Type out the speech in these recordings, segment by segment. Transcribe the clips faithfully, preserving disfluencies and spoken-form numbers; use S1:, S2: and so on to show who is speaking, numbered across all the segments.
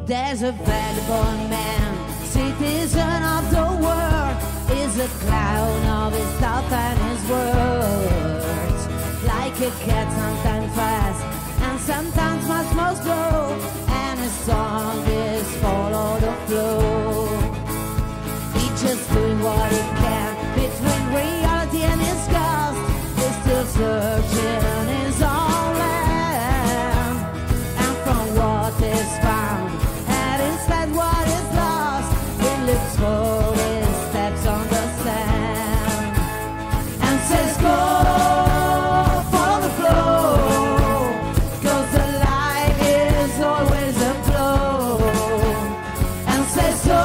S1: There's a vagabond man, citizen of the world, is a clown of his thoughts and his words. Like a cat, sometimes fast and sometimes much more slow, and his song is follow the flow. He's just doing what he can between reality and his ghost. He's still searching his own land, and from what is found and instead what is lost, he looks for his steps on the sand and says go follow the flow, 'cause the life is always a flow, and says so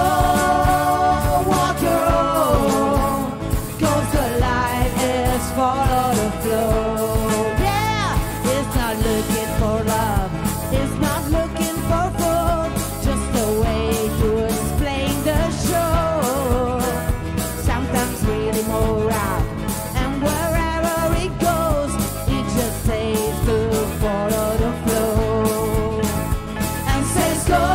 S1: walk your own, 'cause the life is follow the flow. Yeah, it's not looking for love, it's not looking for food, just a way to explain the show. Sometimes really more out, and wherever it goes, it just says to follow the flow, and says go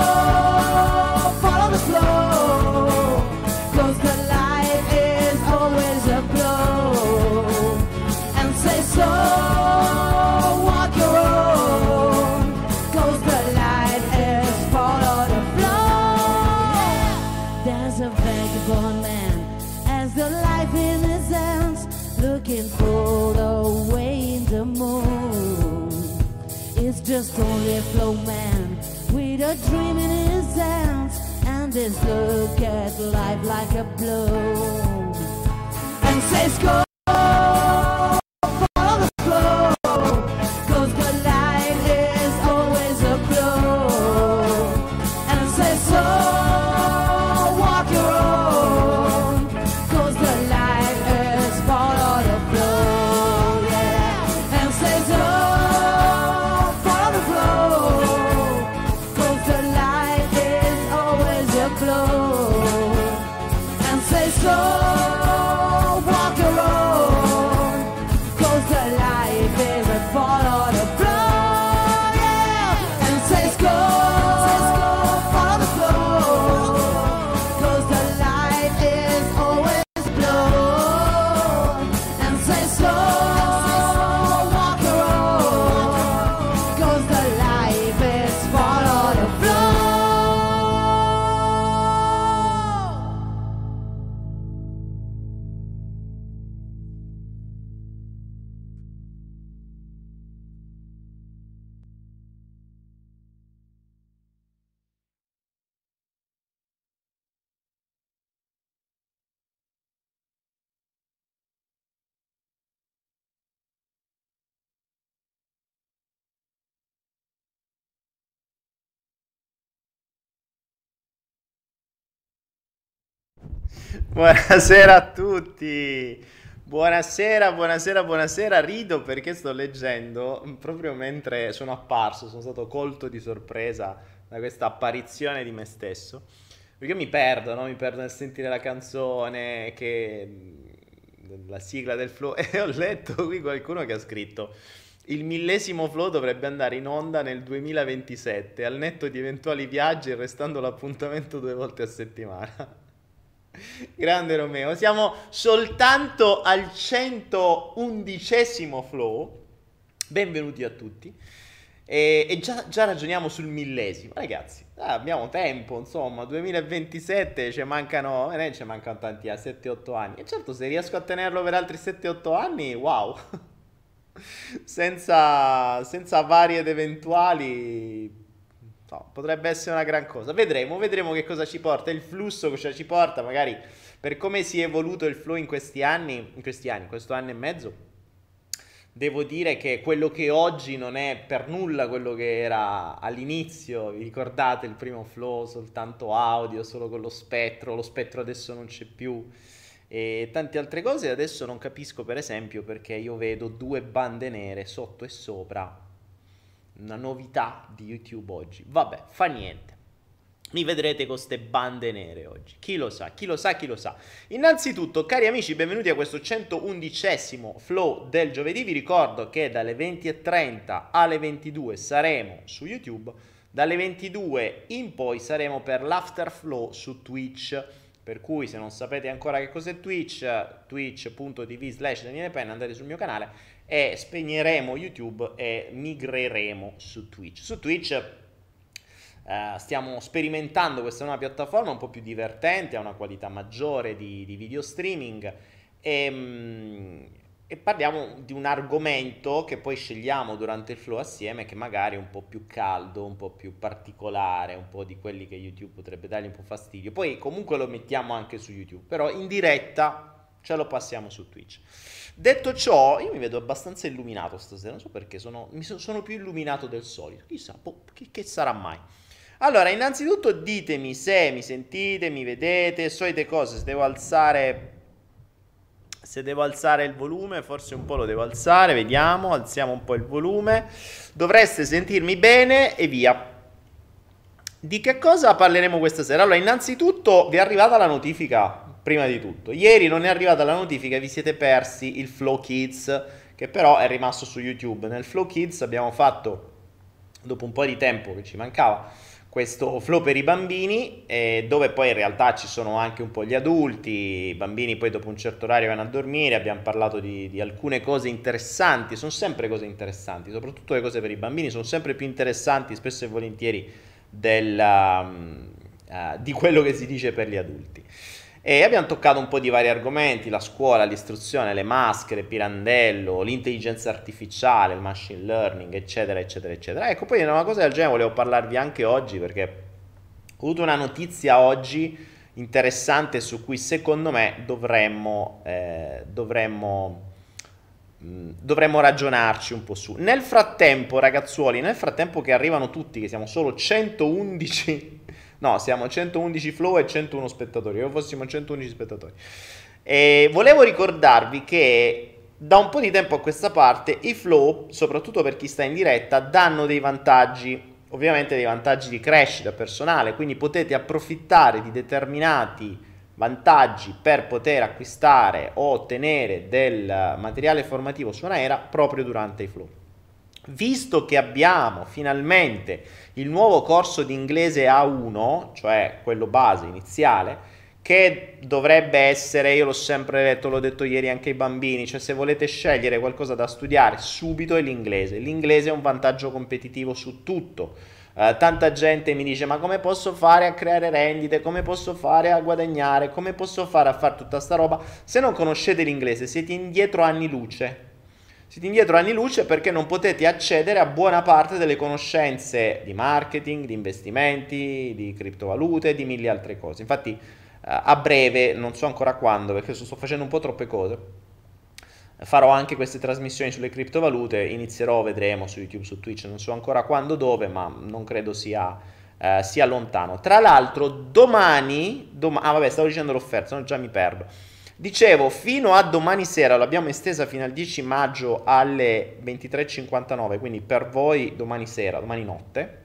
S1: follow the flow, 'cause the life is always a flow, and says so walk your own, 'cause the life is follow the flow. There's a vagabond man, has the life in his hands, looking for the way in the moon. It's just only a flow man with a dream in his hands, and his look at life like a blow, and says go follow the flow, 'cause the life is always a flow, and says so walk your own, 'cause the life is follow the flow. Yeah, and says oh follow the flow, 'cause the life is always a flow, and says so walk your own, 'cause the life is a follow the flow. Yeah, and says go follow the flow, 'cause the life is always a flow, and says so walk your own, 'cause the life is follow the flow.
S2: Buonasera a tutti, buonasera, buonasera, buonasera. Rido perché sto leggendo proprio mentre sono apparso, sono stato colto di sorpresa da questa apparizione di me stesso, perché mi perdo, no? Mi perdo nel sentire la canzone, che la sigla del flow, e ho letto qui qualcuno che ha scritto: il millesimo flow dovrebbe andare in onda nel duemilaventisette, al netto di eventuali viaggi e restando l'appuntamento due volte a settimana. Grande Romeo, siamo soltanto al centoundicesimo flow. Benvenuti a tutti. E, e già, già ragioniamo sul millesimo, ragazzi. Ah, abbiamo tempo, insomma, duemilaventisette, ci mancano, eh, ci mancano tanti anni, sette otto anni. E certo, se riesco a tenerlo per altri sette otto anni, wow. senza, senza varie ed eventuali, no, potrebbe essere una gran cosa. Vedremo, vedremo che cosa ci porta il flusso, cosa ci porta, magari per come si è evoluto il flow in questi anni, in questi anni, in questo anno e mezzo. Devo dire che quello che oggi non è per nulla quello che era all'inizio. Vi ricordate il primo flow soltanto audio, solo con lo spettro? Lo spettro adesso non c'è più, e tante altre cose. Adesso non capisco, per esempio, perché io vedo due bande nere sotto e sopra. Una novità di YouTube oggi. Vabbè, fa niente. Mi vedrete con ste bande nere oggi. Chi lo sa, chi lo sa, chi lo sa. Innanzitutto, cari amici, benvenuti a questo centoundicesimo flow del giovedì. Vi ricordo che dalle venti e trenta alle ventidue saremo su YouTube. Dalle ventidue in poi saremo per l'Afterflow su Twitch, per cui se non sapete ancora che cos'è Twitch, twitch punto tv slash Daniele Penna, andate sul mio canale e spegneremo YouTube e migreremo su Twitch. Su Twitch Uh, stiamo sperimentando questa nuova piattaforma un po' più divertente, ha una qualità maggiore di, di video streaming e, mm, e parliamo di un argomento che poi scegliamo durante il flow assieme, che magari è un po' più caldo, un po' più particolare, un po' di quelli che YouTube potrebbe dargli un po' fastidio. Poi comunque lo mettiamo anche su YouTube, però in diretta ce lo passiamo su Twitch. Detto ciò, io mi vedo abbastanza illuminato stasera, non so perché, sono, mi so, sono più illuminato del solito, chissà, boh, che, che sarà mai. Allora, innanzitutto ditemi se mi sentite, mi vedete, solite cose, se devo alzare, se devo alzare il volume, forse un po' lo devo alzare, vediamo, alziamo un po' il volume, dovreste sentirmi bene e via. Di che cosa parleremo questa sera? Allora, innanzitutto vi è arrivata la notifica, prima di tutto, ieri non è arrivata la notifica e vi siete persi il Flow Kids, che però è rimasto su YouTube. Nel Flow Kids abbiamo fatto, dopo un po' di tempo che ci mancava, questo flow per i bambini, eh, dove poi in realtà ci sono anche un po' gli adulti, i bambini poi dopo un certo orario vanno a dormire, abbiamo parlato di, di alcune cose interessanti, sono sempre cose interessanti, soprattutto le cose per i bambini sono sempre più interessanti spesso e volentieri del, um, uh, di quello che si dice per gli adulti. E abbiamo toccato un po' di vari argomenti, la scuola, l'istruzione, le maschere, Pirandello, l'intelligenza artificiale, il machine learning, eccetera, eccetera, eccetera. Ecco, poi di una cosa del genere volevo parlarvi anche oggi, perché ho avuto una notizia oggi interessante su cui secondo me dovremmo, eh, dovremmo, mh, dovremmo ragionarci un po' su. Nel frattempo, ragazzuoli, nel frattempo che arrivano tutti, che siamo solo centoundici... No, siamo centoundici flow e centouno spettatori. Io fossimo centoundici spettatori. E volevo ricordarvi che da un po' di tempo a questa parte i flow, soprattutto per chi sta in diretta, danno dei vantaggi, ovviamente dei vantaggi di crescita personale, quindi potete approfittare di determinati vantaggi per poter acquistare o ottenere del materiale formativo su Anaera proprio durante i flow. Visto che abbiamo finalmente il nuovo corso di inglese A uno, cioè quello base iniziale, che dovrebbe essere, io l'ho sempre detto, l'ho detto ieri anche ai bambini, cioè se volete scegliere qualcosa da studiare subito è l'inglese. L'inglese è un vantaggio competitivo su tutto. Uh, tanta gente mi dice: ma come posso fare a creare rendite, come posso fare a guadagnare, come posso fare a fare tutta sta roba? Se non conoscete l'inglese siete indietro anni luce. Siete indietro anni luce perché non potete accedere a buona parte delle conoscenze di marketing, di investimenti, di criptovalute, di mille altre cose. Infatti uh, a breve, non so ancora quando, perché sto facendo un po' troppe cose, farò anche queste trasmissioni sulle criptovalute, inizierò, vedremo su YouTube, su Twitch, non so ancora quando, dove, ma non credo sia, uh, sia lontano. Tra l'altro domani, dom- ah vabbè, stavo dicendo l'offerta, no, già mi perdo. Dicevo, fino a domani sera, l'abbiamo estesa fino al dieci maggio alle ventitré e cinquantanove, quindi per voi domani sera, domani notte,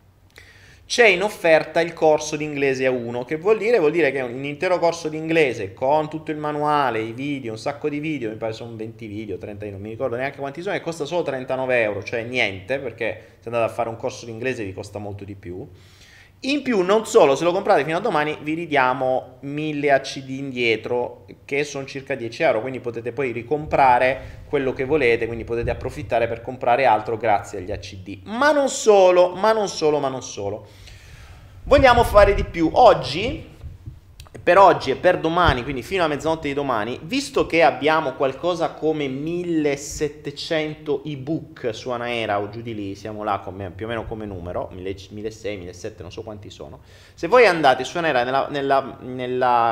S2: c'è in offerta il corso di inglese A uno, che vuol dire, vuol dire che è un intero corso di inglese con tutto il manuale, i video, un sacco di video, mi pare sono venti video, trenta, non mi ricordo neanche quanti sono, e costa solo trentanove euro, cioè niente, perché se andate a fare un corso di inglese vi costa molto di più. In più, non solo, se lo comprate fino a domani vi ridiamo mille A C D indietro, che sono circa dieci euro, quindi potete poi ricomprare quello che volete, quindi potete approfittare per comprare altro grazie agli A C D. Ma non solo, ma non solo, ma non solo. Vogliamo fare di più. Oggi, per oggi e per domani, quindi fino a mezzanotte di domani, visto che abbiamo qualcosa come millesettecento ebook su Anaera o giù di lì, siamo là come, più o meno come numero, milleseicento, millesettecento, non so quanti sono. Se voi andate su Anaera nella, nella, nella,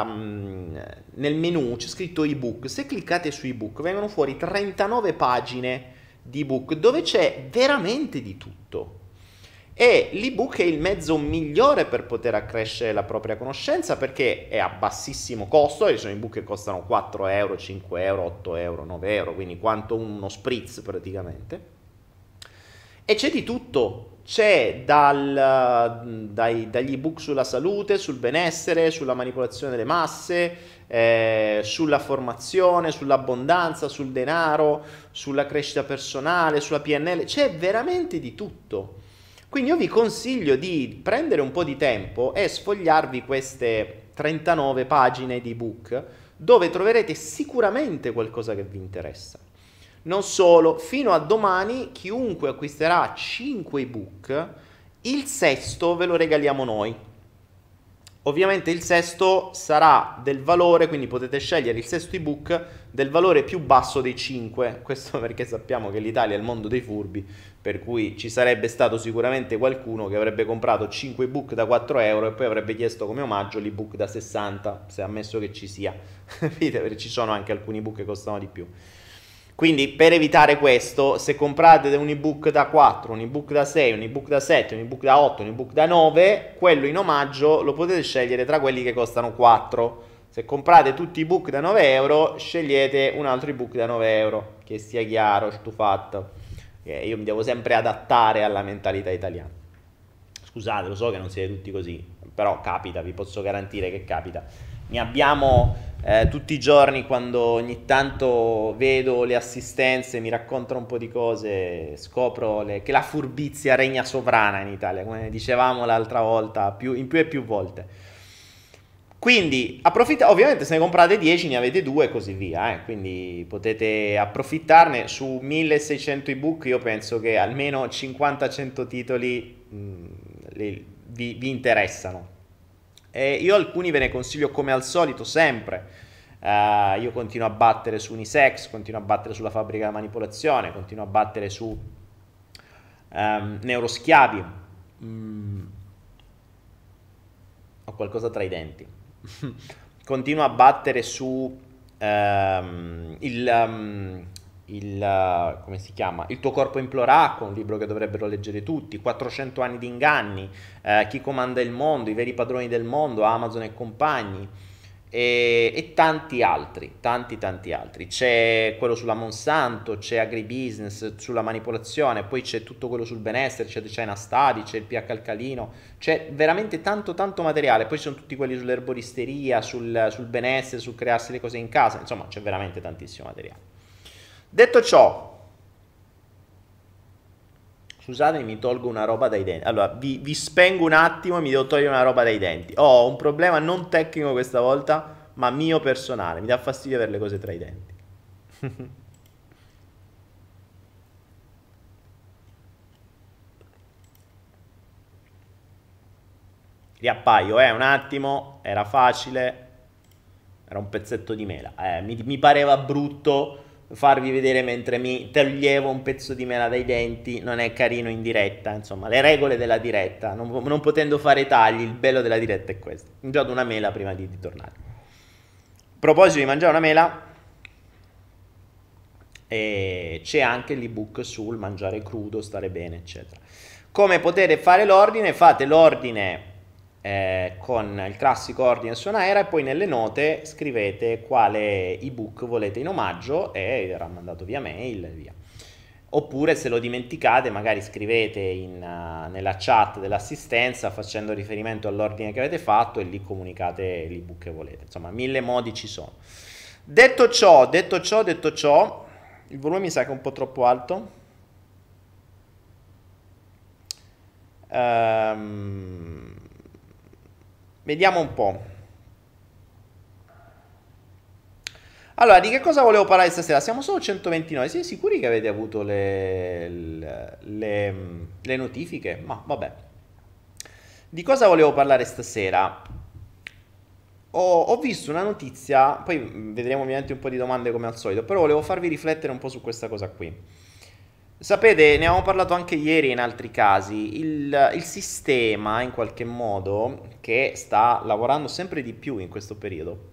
S2: nel menu c'è scritto ebook, se cliccate su ebook vengono fuori trentanove pagine di ebook dove c'è veramente di tutto. E l'ebook è il mezzo migliore per poter accrescere la propria conoscenza perché è a bassissimo costo, ci sono ebook che costano quattro euro, cinque euro, otto euro, nove euro, quindi quanto uno spritz praticamente. E c'è di tutto, c'è dal, dai, dagli ebook sulla salute, sul benessere, sulla manipolazione delle masse, eh, sulla formazione, sull'abbondanza, sul denaro, sulla crescita personale, sulla P N L, c'è veramente di tutto. Quindi io vi consiglio di prendere un po' di tempo e sfogliarvi queste trentanove pagine di ebook, dove troverete sicuramente qualcosa che vi interessa. Non solo, fino a domani chiunque acquisterà cinque ebook, il sesto ve lo regaliamo noi. Ovviamente il sesto sarà del valore, quindi potete scegliere il sesto ebook del valore più basso dei cinque, questo perché sappiamo che l'Italia è il mondo dei furbi, per cui ci sarebbe stato sicuramente qualcuno che avrebbe comprato cinque ebook da quattro euro e poi avrebbe chiesto come omaggio l'ebook da sessanta, se ammesso che ci sia, capite? Perché ci sono anche alcuni ebook che costano di più. Quindi per evitare questo, se comprate un ebook da quattro, un ebook da sei, un ebook da sette, un ebook da otto, un ebook da nove, quello in omaggio lo potete scegliere tra quelli che costano quattro. Se comprate tutti i ebook da nove euro, scegliete un altro ebook da nove euro, che sia chiaro, stufato. Eh, io mi devo sempre adattare alla mentalità italiana. Scusate, lo so che non siete tutti così, però capita, vi posso garantire che capita. Ne abbiamo eh, tutti i giorni, quando ogni tanto vedo le assistenze, mi raccontano un po' di cose, scopro le, che la furbizia regna sovrana in Italia, come dicevamo l'altra volta, più, in più e più volte. Quindi approfittate, ovviamente se ne comprate dieci ne avete due e così via, eh? Quindi potete approfittarne. Su milleseicento ebook io penso che almeno cinquanta cento titoli mh, li, vi, vi interessano. E io alcuni ve ne consiglio come al solito sempre. Uh, io continuo a battere su Unisex, continuo a battere sulla fabbrica della manipolazione, continuo a battere su um, Neuroschiavi. Mm. Ho qualcosa tra i denti. Continuo a battere su um, il, um, il uh, come si chiama? Il tuo corpo imploracco, un libro che dovrebbero leggere tutti, quattrocento anni di inganni, uh, Chi comanda il mondo, I veri padroni del mondo, Amazon e compagni, e, e tanti altri, tanti tanti altri. C'è quello sulla Monsanto, c'è Agribusiness, sulla manipolazione, poi c'è tutto quello sul benessere, c'è China Study, c'è il pH alcalino, c'è veramente tanto tanto materiale. Poi ci sono tutti quelli sull'erboristeria, sul, sul benessere, sul crearsi le cose in casa, insomma c'è veramente tantissimo materiale. Detto ciò, scusate, mi tolgo una roba dai denti. Allora, vi, vi spengo un attimo e mi devo togliere una roba dai denti. Ho un problema non tecnico questa volta, ma mio personale. Mi dà fastidio avere le cose tra i denti. Riappaio, eh, un attimo. Era facile. Era un pezzetto di mela. Eh, mi, mi pareva brutto farvi vedere mentre mi toglievo un pezzo di mela dai denti, non è carino in diretta, insomma, le regole della diretta, non, non potendo fare tagli, il bello della diretta è questo. Ho mangiato una mela prima di, di tornare. A proposito di mangiare una mela, e c'è anche l'ebook sul mangiare crudo, stare bene, eccetera. Come potete fare l'ordine? Fate l'ordine Eh, con il classico ordine su Anaera e poi nelle note scrivete quale ebook volete in omaggio e verrà mandato via mail e via. Oppure se lo dimenticate magari scrivete in, uh, nella chat dell'assistenza facendo riferimento all'ordine che avete fatto e lì comunicate l'ebook che volete. Insomma, mille modi ci sono. Detto ciò, detto ciò, detto ciò, il volume mi sa che è un po' troppo alto. Ehm... Um, Vediamo un po'. Allora, di che cosa volevo parlare stasera? Siamo solo centoventinove. Siete sicuri che avete avuto le, le, le, le notifiche? Ma vabbè. Di cosa volevo parlare stasera? Ho, ho visto una notizia, poi vedremo ovviamente un po' di domande come al solito, però volevo farvi riflettere un po' su questa cosa qui. Sapete, ne avevamo parlato anche ieri in altri casi, il, il sistema in qualche modo che sta lavorando sempre di più in questo periodo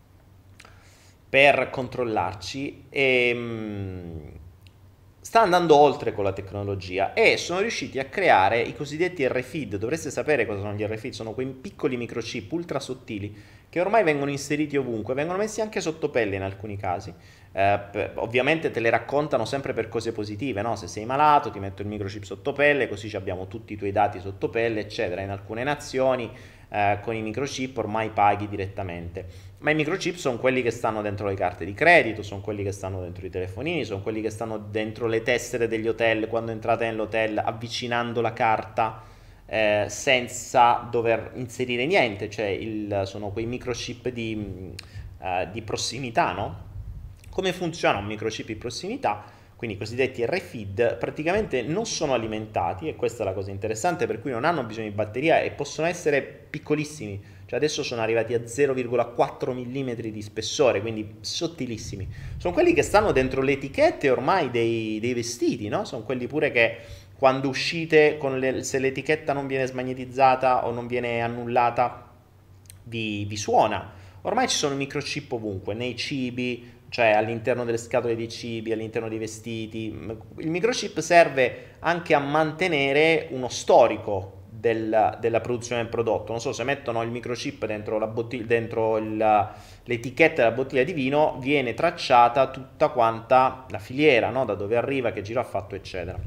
S2: per controllarci e, mh, sta andando oltre con la tecnologia e sono riusciti a creare i cosiddetti R F I D. Dovreste sapere cosa sono gli R F I D, sono quei piccoli microchip ultra sottili che ormai vengono inseriti ovunque, vengono messi anche sotto pelle in alcuni casi. Eh, per, ovviamente te le raccontano sempre per cose positive, no? Se sei malato ti metto il microchip sotto pelle, così abbiamo tutti i tuoi dati sotto pelle, eccetera. In alcune nazioni eh, con i microchip ormai paghi direttamente. Ma i microchip sono quelli che stanno dentro le carte di credito, sono quelli che stanno dentro i telefonini, sono quelli che stanno dentro le tessere degli hotel, quando entrate nell'hotel avvicinando la carta eh, senza dover inserire niente, cioè il, sono quei microchip di, eh, di prossimità, no? Come funziona un microchip di prossimità? Quindi i cosiddetti R F I D praticamente non sono alimentati, e questa è la cosa interessante, per cui non hanno bisogno di batteria e possono essere piccolissimi. Cioè adesso sono arrivati a zero virgola quattro millimetri di spessore, quindi sottilissimi. Sono quelli che stanno dentro le etichette ormai dei, dei vestiti, no? Sono quelli pure che quando uscite, con le, se l'etichetta non viene smagnetizzata o non viene annullata, vi, vi suona. Ormai ci sono microchip ovunque, nei cibi, cioè all'interno delle scatole dei cibi, all'interno dei vestiti. Il microchip serve anche a mantenere uno storico del, della produzione del prodotto. Non so, se mettono il microchip dentro, la bottiglia, dentro il, l'etichetta della bottiglia di vino, viene tracciata tutta quanta la filiera, no? Da dove arriva, che giro ha fatto, eccetera.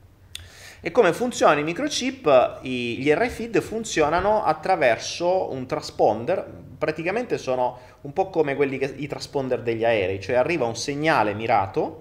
S2: E come funzionano i microchip? I, gli R F I D funzionano attraverso un transponder, praticamente sono un po' come quelli che, i transponder degli aerei, cioè arriva un segnale mirato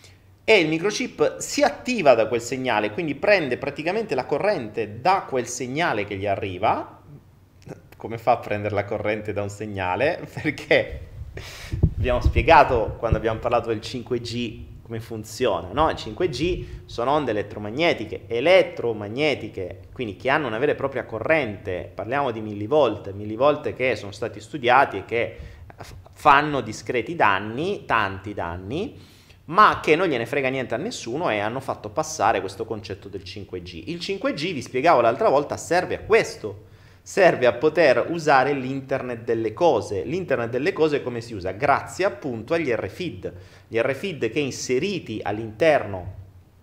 S2: e il microchip si attiva da quel segnale, quindi prende praticamente la corrente da quel segnale che gli arriva. Come fa a prendere la corrente da un segnale? Perché abbiamo spiegato quando abbiamo parlato del cinque G come funziona, no? Il cinque G sono onde elettromagnetiche, elettromagnetiche, quindi che hanno una vera e propria corrente, parliamo di millivolt, millivolt che sono stati studiati e che fanno discreti danni, tanti danni, ma che non gliene frega niente a nessuno, e hanno fatto passare questo concetto del cinque G. Il cinque G, vi spiegavo l'altra volta, serve a questo, serve a poter usare l'internet delle cose. L'internet delle cose come si usa? Grazie appunto agli R F I D. Gli R F I D che inseriti all'interno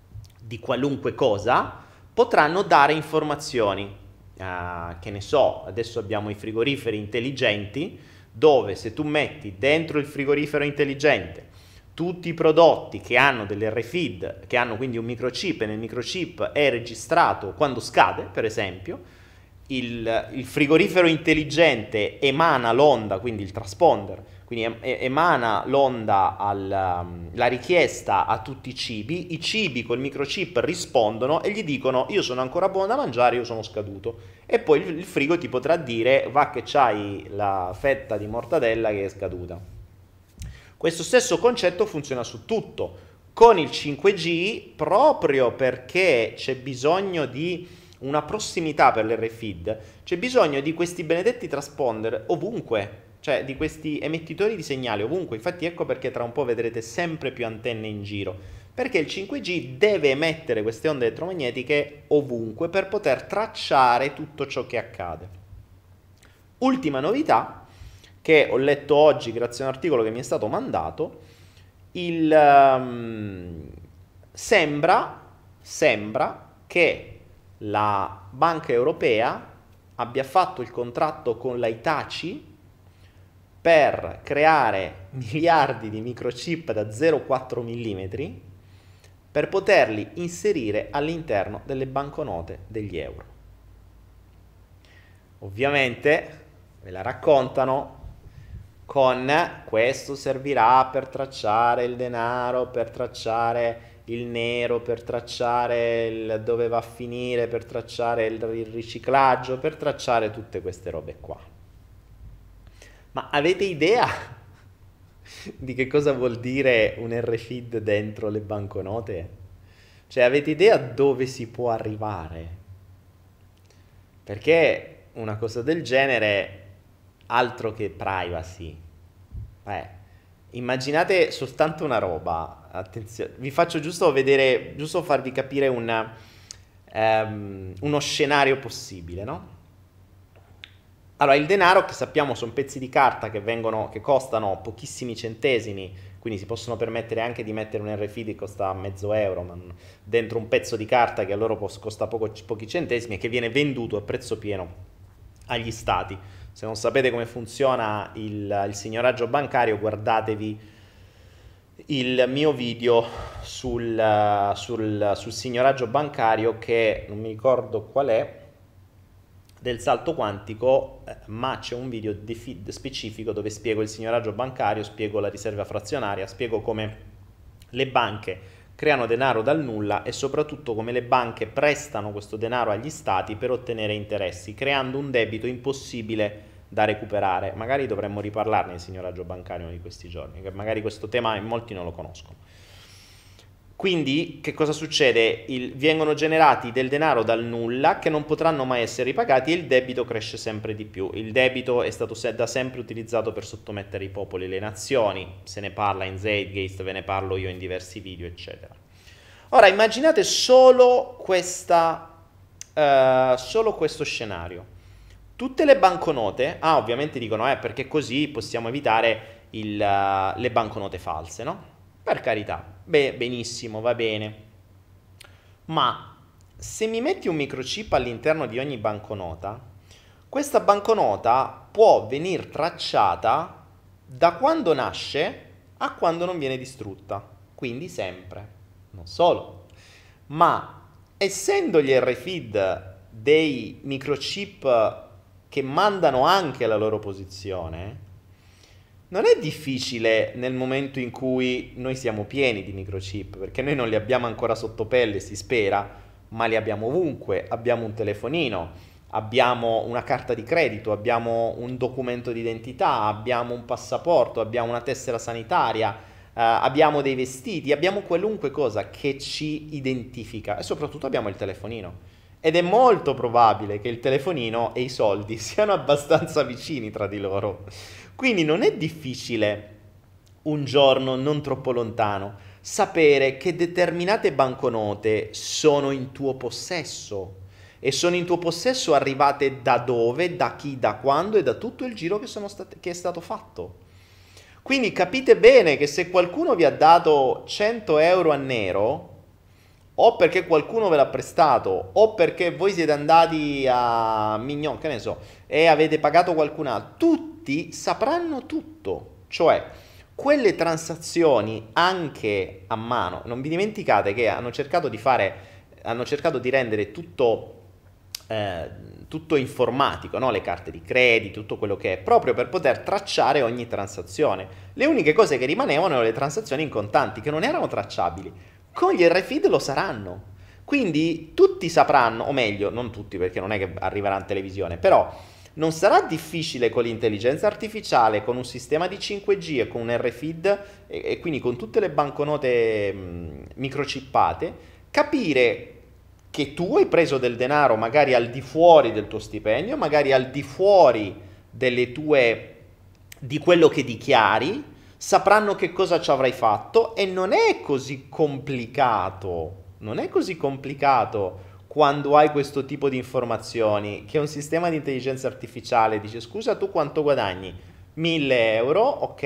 S2: di qualunque cosa potranno dare informazioni. Uh, che ne so, adesso abbiamo i frigoriferi intelligenti, dove se tu metti dentro il frigorifero intelligente tutti i prodotti che hanno delle R F I D, che hanno quindi un microchip, e nel microchip è registrato quando scade, per esempio, il, il frigorifero intelligente emana l'onda, quindi il transponder, quindi emana l'onda, alla, la richiesta a tutti i cibi, i cibi col microchip rispondono e gli dicono: io sono ancora buono da mangiare, io sono scaduto, e poi il, il frigo ti potrà dire: va che c'hai la fetta di mortadella che è scaduta. Questo stesso concetto funziona su tutto. Con il cinque G, proprio perché c'è bisogno di una prossimità per l'R F I D, c'è bisogno di questi benedetti transponder ovunque, cioè di questi emettitori di segnale ovunque. Infatti ecco perché tra un po' vedrete sempre più antenne in giro, perché il cinque G deve emettere queste onde elettromagnetiche ovunque per poter tracciare tutto ciò che accade. Ultima novità che ho letto oggi grazie a un articolo che mi è stato mandato, il, um, sembra, sembra che la Banca Europea abbia fatto il contratto con la Hitachi per creare miliardi di microchip da zero virgola quattro millimetri per poterli inserire all'interno delle banconote degli euro. Ovviamente ve la raccontano con: questo servirà per tracciare il denaro, per tracciare il nero, per tracciare il dove va a finire, per tracciare il, il riciclaggio, per tracciare tutte queste robe qua. Ma avete idea di che cosa vuol dire un R F I D dentro le banconote? Cioè, avete idea dove si può arrivare? Perché una cosa del genere, altro che privacy. Eh, immaginate soltanto una roba, attenzione, vi faccio giusto vedere, giusto farvi capire una, um, uno scenario possibile, no? Allora, il denaro, che sappiamo sono pezzi di carta che vengono, che costano pochissimi centesimi, quindi si possono permettere anche di mettere un R F I D che costa mezzo euro, ma dentro un pezzo di carta che a loro costa poco, pochi centesimi, e che viene venduto a prezzo pieno agli stati. Se non sapete come funziona il, il signoraggio bancario, guardatevi il mio video sul, sul, sul signoraggio bancario, che non mi ricordo qual è. del salto quantico, eh, ma c'è un video defi- specifico dove spiego il signoraggio bancario, spiego la riserva frazionaria, spiego come le banche creano denaro dal nulla e soprattutto come le banche prestano questo denaro agli stati per ottenere interessi, creando un debito impossibile da recuperare. Magari dovremmo riparlarne il signoraggio bancario di questi giorni, che magari questo tema in molti non lo conoscono. Quindi che cosa succede? Il, vengono generati del denaro dal nulla che non potranno mai essere ripagati e il debito cresce sempre di più. Il debito è stato se, da sempre utilizzato per sottomettere i popoli e le nazioni, se ne parla in Zeitgeist, ve ne parlo io in diversi video, eccetera. Ora immaginate solo, questa, uh, solo questo scenario. Tutte le banconote, ah ovviamente dicono eh perché così possiamo evitare il, uh, le banconote false, no? Per carità, beh, benissimo, va bene. Ma se mi metti un microchip all'interno di ogni banconota, questa banconota può venire tracciata da quando nasce a quando non viene distrutta, quindi sempre. Non solo, ma essendo gli R F I D dei microchip che mandano anche la loro posizione, non è difficile nel momento in cui noi siamo pieni di microchip, perché noi non li abbiamo ancora sotto pelle, si spera, ma li abbiamo ovunque. Abbiamo un telefonino, abbiamo una carta di credito, abbiamo un documento di identità, abbiamo un passaporto, abbiamo una tessera sanitaria, eh, abbiamo dei vestiti, abbiamo qualunque cosa che ci identifica e soprattutto abbiamo il telefonino. Ed è molto probabile che il telefonino e i soldi siano abbastanza vicini tra di loro. Quindi non è difficile, un giorno non troppo lontano, sapere che determinate banconote sono in tuo possesso. E sono in tuo possesso arrivate da dove, da chi, da quando e da tutto il giro che, sono state, che è stato fatto. Quindi capite bene che se qualcuno vi ha dato cento euro a nero, o perché qualcuno ve l'ha prestato, o perché voi siete andati a Mignon, che ne so, e avete pagato qualcun altro, tutti sapranno tutto. Cioè, quelle transazioni anche a mano, non vi dimenticate che hanno cercato di fare, hanno cercato di rendere tutto, eh, tutto informatico, no? Le carte di credito, tutto quello che è, proprio per poter tracciare ogni transazione. Le uniche cose che rimanevano erano le transazioni in contanti, che non erano tracciabili. Con gli R F I D lo saranno, quindi tutti sapranno, o meglio, non tutti perché non è che arriverà in televisione, però non sarà difficile con l'intelligenza artificiale, con un sistema di cinque G e con un R F I D e, e quindi con tutte le banconote mh, microchippate, capire che tu hai preso del denaro magari al di fuori del tuo stipendio, magari al di fuori delle tue, di quello che dichiari, sapranno che cosa ci avrai fatto e non è così complicato, non è così complicato quando hai questo tipo di informazioni, che un sistema di intelligenza artificiale dice scusa tu quanto guadagni? mille euro, ok,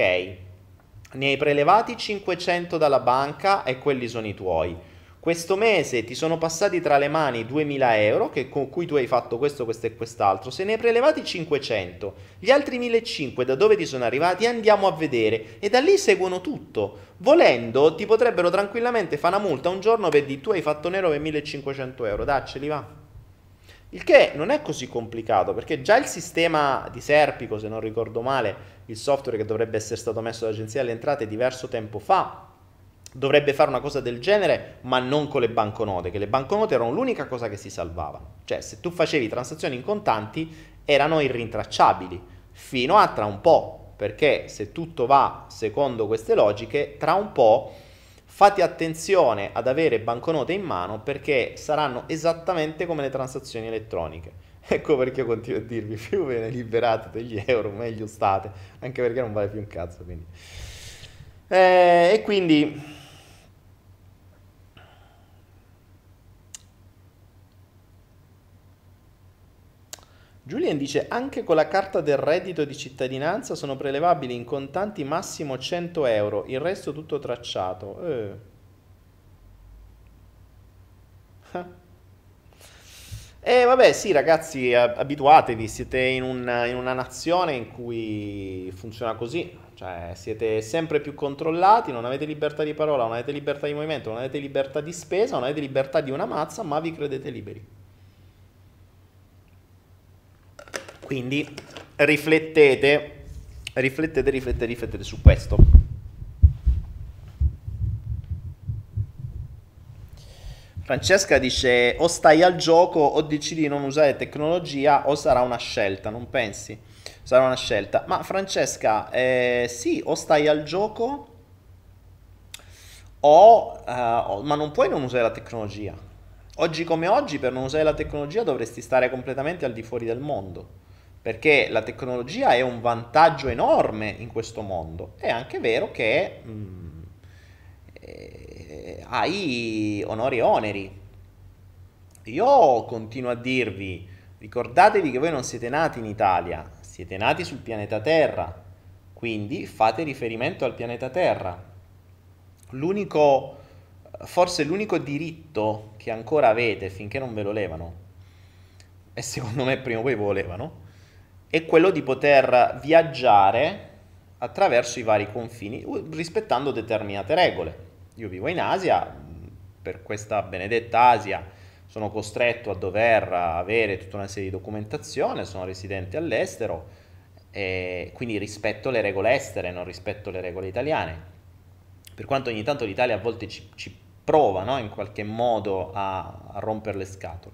S2: ne hai prelevati cinquecento dalla banca e quelli sono i tuoi. Questo mese ti sono passati tra le mani duemila euro che, con cui tu hai fatto questo, questo e quest'altro. Se ne hai prelevati cinquecento, gli altri millecinquecento da dove ti sono arrivati andiamo a vedere e da lì seguono tutto. Volendo ti potrebbero tranquillamente fare una multa un giorno per dire tu hai fatto nero per millecinquecento euro, dacceli va. Il che non è così complicato perché già il sistema di Serpico, se non ricordo male, il software che dovrebbe essere stato messo dall'Agenzia delle Entrate diverso tempo fa, dovrebbe fare una cosa del genere, ma non con le banconote, che le banconote erano l'unica cosa che si salvavano. Cioè, se tu facevi transazioni in contanti, erano irrintracciabili, fino a tra un po', perché se tutto va secondo queste logiche, tra un po' fate attenzione ad avere banconote in mano, perché saranno esattamente come le transazioni elettroniche. Ecco perché io continuo a dirvi, più ve ne liberate degli euro, meglio state, anche perché non vale più un cazzo, quindi... Eh, e quindi... Julian dice anche con la carta del reddito di cittadinanza sono prelevabili in contanti massimo cento euro, il resto tutto tracciato. Eh. E vabbè sì ragazzi, abituatevi, siete in, un, in una nazione in cui funziona così, cioè siete sempre più controllati, non avete libertà di parola, non avete libertà di movimento, non avete libertà di spesa, non avete libertà di una mazza, ma vi credete liberi. Quindi riflettete, riflettete, riflettete, riflettete su questo. Francesca dice: o stai al gioco o decidi di non usare tecnologia o sarà una scelta, non pensi? Sarà una scelta. Ma Francesca, eh, sì, o stai al gioco o, eh, o- ma non puoi non usare la tecnologia. Oggi come oggi, per non usare la tecnologia dovresti stare completamente al di fuori del mondo, perché la tecnologia è un vantaggio enorme in questo mondo. È anche vero che mm, eh, hai onori e oneri. Io continuo a dirvi, ricordatevi che voi non siete nati in Italia, siete nati sul pianeta Terra, quindi fate riferimento al pianeta Terra. L'unico, forse l'unico diritto che ancora avete finché non ve lo levano, e secondo me prima o poi ve lo levano, è quello di poter viaggiare attraverso i vari confini, u- rispettando determinate regole. Io vivo in Asia, mh, per questa benedetta Asia sono costretto a dover avere tutta una serie di documentazione, sono residente all'estero e quindi rispetto le regole estere, non rispetto le regole italiane. Per quanto ogni tanto l'Italia a volte ci, ci prova, no, in qualche modo a, a rompere le scatole.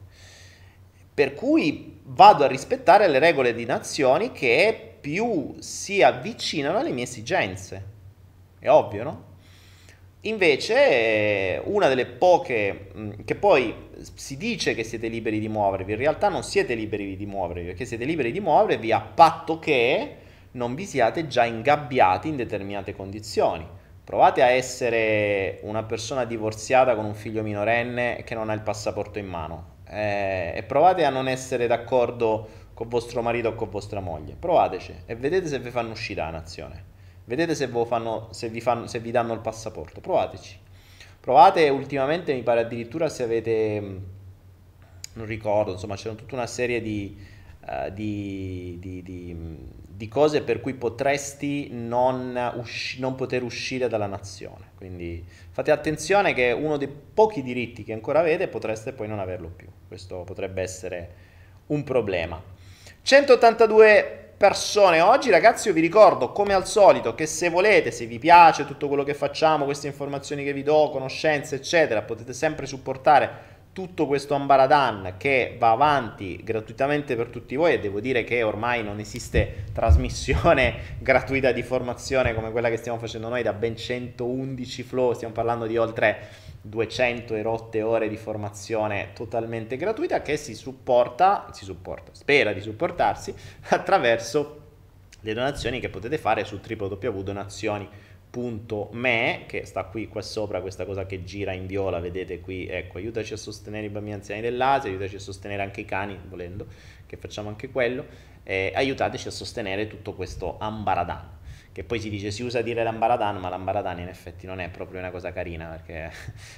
S2: Per cui vado a rispettare le regole di nazioni che più si avvicinano alle mie esigenze. È ovvio, no? Invece, eh, una delle poche, mh, che poi si dice che siete liberi di muovervi, in realtà non siete liberi di muovervi, perché siete liberi di muovervi a patto che non vi siate già ingabbiati in determinate condizioni. Provate a essere una persona divorziata con un figlio minorenne che non ha il passaporto in mano, eh, e provate a non essere d'accordo con vostro marito o con vostra moglie. Provateci e vedete se vi fanno uscire dalla nazione. Vedete se, vo fanno, se, vi fanno, se vi danno il passaporto. Provateci. Provate ultimamente, mi pare addirittura se avete, mh, non ricordo, insomma c'era tutta una serie di, eh, di, di, di, mh, di cose per cui potresti non, usci- non poter uscire dalla nazione. Quindi fate attenzione che uno dei pochi diritti che ancora avete potreste poi non averlo più. Questo potrebbe essere un problema. centottantadue persone oggi, ragazzi. Io vi ricordo come al solito che se volete, se vi piace tutto quello che facciamo, queste informazioni che vi do, conoscenze eccetera, potete sempre supportare tutto questo ambaradan che va avanti gratuitamente per tutti voi, e devo dire che ormai non esiste trasmissione gratuita di formazione come quella che stiamo facendo noi da ben centoundici flow. Stiamo parlando di oltre duecento e rotte ore di formazione totalmente gratuita che si supporta, si supporta, spera di supportarsi attraverso le donazioni che potete fare su w w w punto donazioni punto me, che sta qui qua sopra, questa cosa che gira in viola, vedete qui, ecco, aiutaci a sostenere i bambini anziani dell'Asia, aiutaci a sostenere anche i cani, volendo, che facciamo anche quello, eh, aiutateci a sostenere tutto questo ambaradan. Che poi si dice, si usa dire l'ambaradan, ma l'ambaradan in effetti non è proprio una cosa carina, perché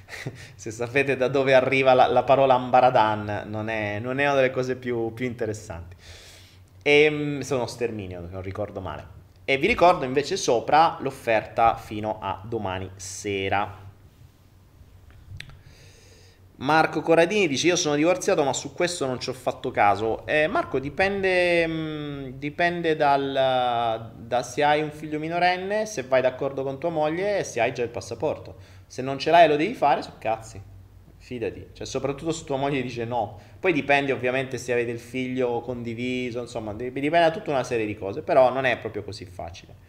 S2: se sapete da dove arriva la, la parola ambaradan, non è, non è una delle cose più, più interessanti. E sono sterminio, non ricordo male. E vi ricordo invece sopra l'offerta fino a domani sera. Marco Corradini dice: io sono divorziato ma su questo non ci ho fatto caso. eh, Marco, dipende, mh, dipende dal, da se hai un figlio minorenne, se vai d'accordo con tua moglie e se hai già il passaporto. Se non ce l'hai e lo devi fare, so cazzi, fidati, cioè soprattutto se tua moglie dice no. Poi dipende ovviamente se avete il figlio condiviso, insomma dipende da tutta una serie di cose, però non è proprio così facile.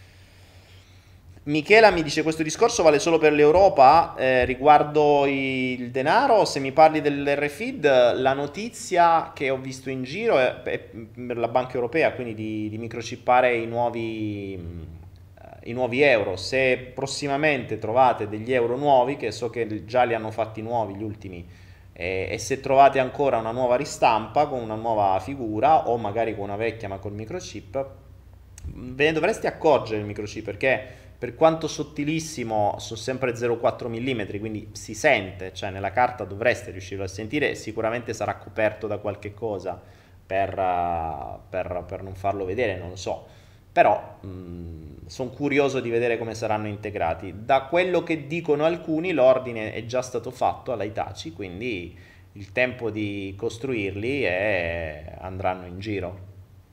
S2: Michela mi dice: questo discorso vale solo per l'Europa, eh, riguardo il denaro. Se mi parli dell'R F I D, la notizia che ho visto in giro è, è per la Banca Europea, quindi di, di microchippare i nuovi, eh, i nuovi euro. Se prossimamente trovate degli euro nuovi, che so che già li hanno fatti nuovi gli ultimi, eh, e se trovate ancora una nuova ristampa con una nuova figura o magari con una vecchia ma col microchip, ve ne dovreste accorgere il microchip, perché per quanto sottilissimo sono sempre zero virgola quattro millimetri, quindi si sente, cioè nella carta dovreste riuscirlo a sentire. Sicuramente sarà coperto da qualche cosa per, uh, per, per non farlo vedere, non lo so, però sono curioso di vedere come saranno integrati. Da quello che dicono alcuni, l'ordine è già stato fatto alla Hitachi, quindi il tempo di costruirli e andranno in giro.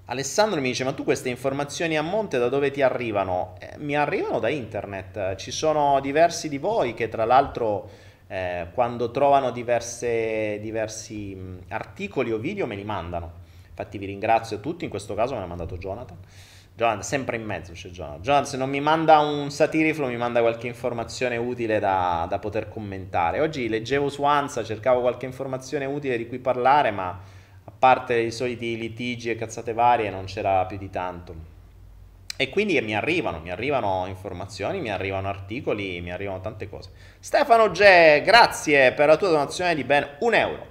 S2: Alessandro mi dice, ma tu queste informazioni a monte da dove ti arrivano? Eh, mi arrivano da internet. Ci sono diversi di voi che tra l'altro eh, quando trovano diverse, diversi mh, articoli o video me li mandano. Infatti vi ringrazio tutti, in questo caso me l'ha mandato Jonathan. Jonathan, sempre in mezzo c'è Jonathan. Jonathan, se non mi manda un satiriflo, mi manda qualche informazione utile da, da poter commentare. Oggi leggevo su Ansa, cercavo qualche informazione utile di cui parlare, ma a parte i soliti litigi e cazzate varie non c'era più di tanto. E quindi mi arrivano, mi arrivano informazioni, mi arrivano articoli, mi arrivano tante cose. Stefano G, grazie per la tua donazione di ben un euro.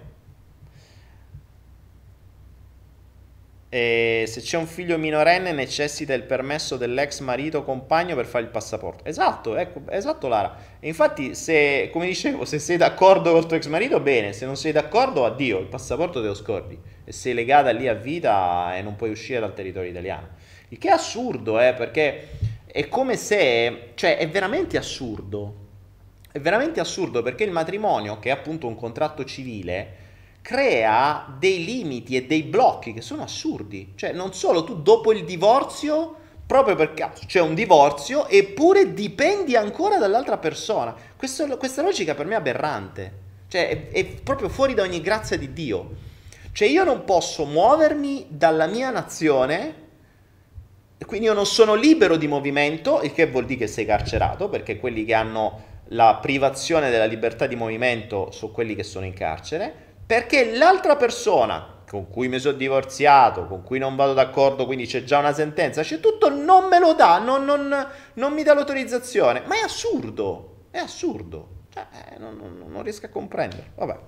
S2: E se c'è un figlio minorenne necessita il permesso dell'ex marito o compagno per fare il passaporto. Esatto, ecco, esatto Lara. E infatti se, come dicevo, se sei d'accordo col tuo ex marito, bene, se non sei d'accordo, addio, il passaporto te lo scordi. E sei legata lì a vita e non puoi uscire dal territorio italiano. Il che è assurdo, eh, perché è come se, cioè è veramente assurdo. È veramente assurdo perché il matrimonio, che è appunto un contratto civile, crea dei limiti e dei blocchi che sono assurdi. Cioè non solo tu dopo il divorzio, proprio perché c'è un divorzio, eppure dipendi ancora dall'altra persona. Questo, questa logica per me è aberrante. Cioè è, è proprio fuori da ogni grazia di Dio. Cioè io non posso muovermi dalla mia nazione, quindi io non sono libero di movimento, il che vuol dire che sei carcerato, perché quelli che hanno la privazione della libertà di movimento sono quelli che sono in carcere, perché l'altra persona con cui mi sono divorziato, con cui non vado d'accordo, quindi c'è già una sentenza, c'è tutto, non me lo dà, non, non, non mi dà l'autorizzazione. Ma è assurdo, è assurdo. Cioè, eh, non, non, non riesco a comprendere. Vabbè.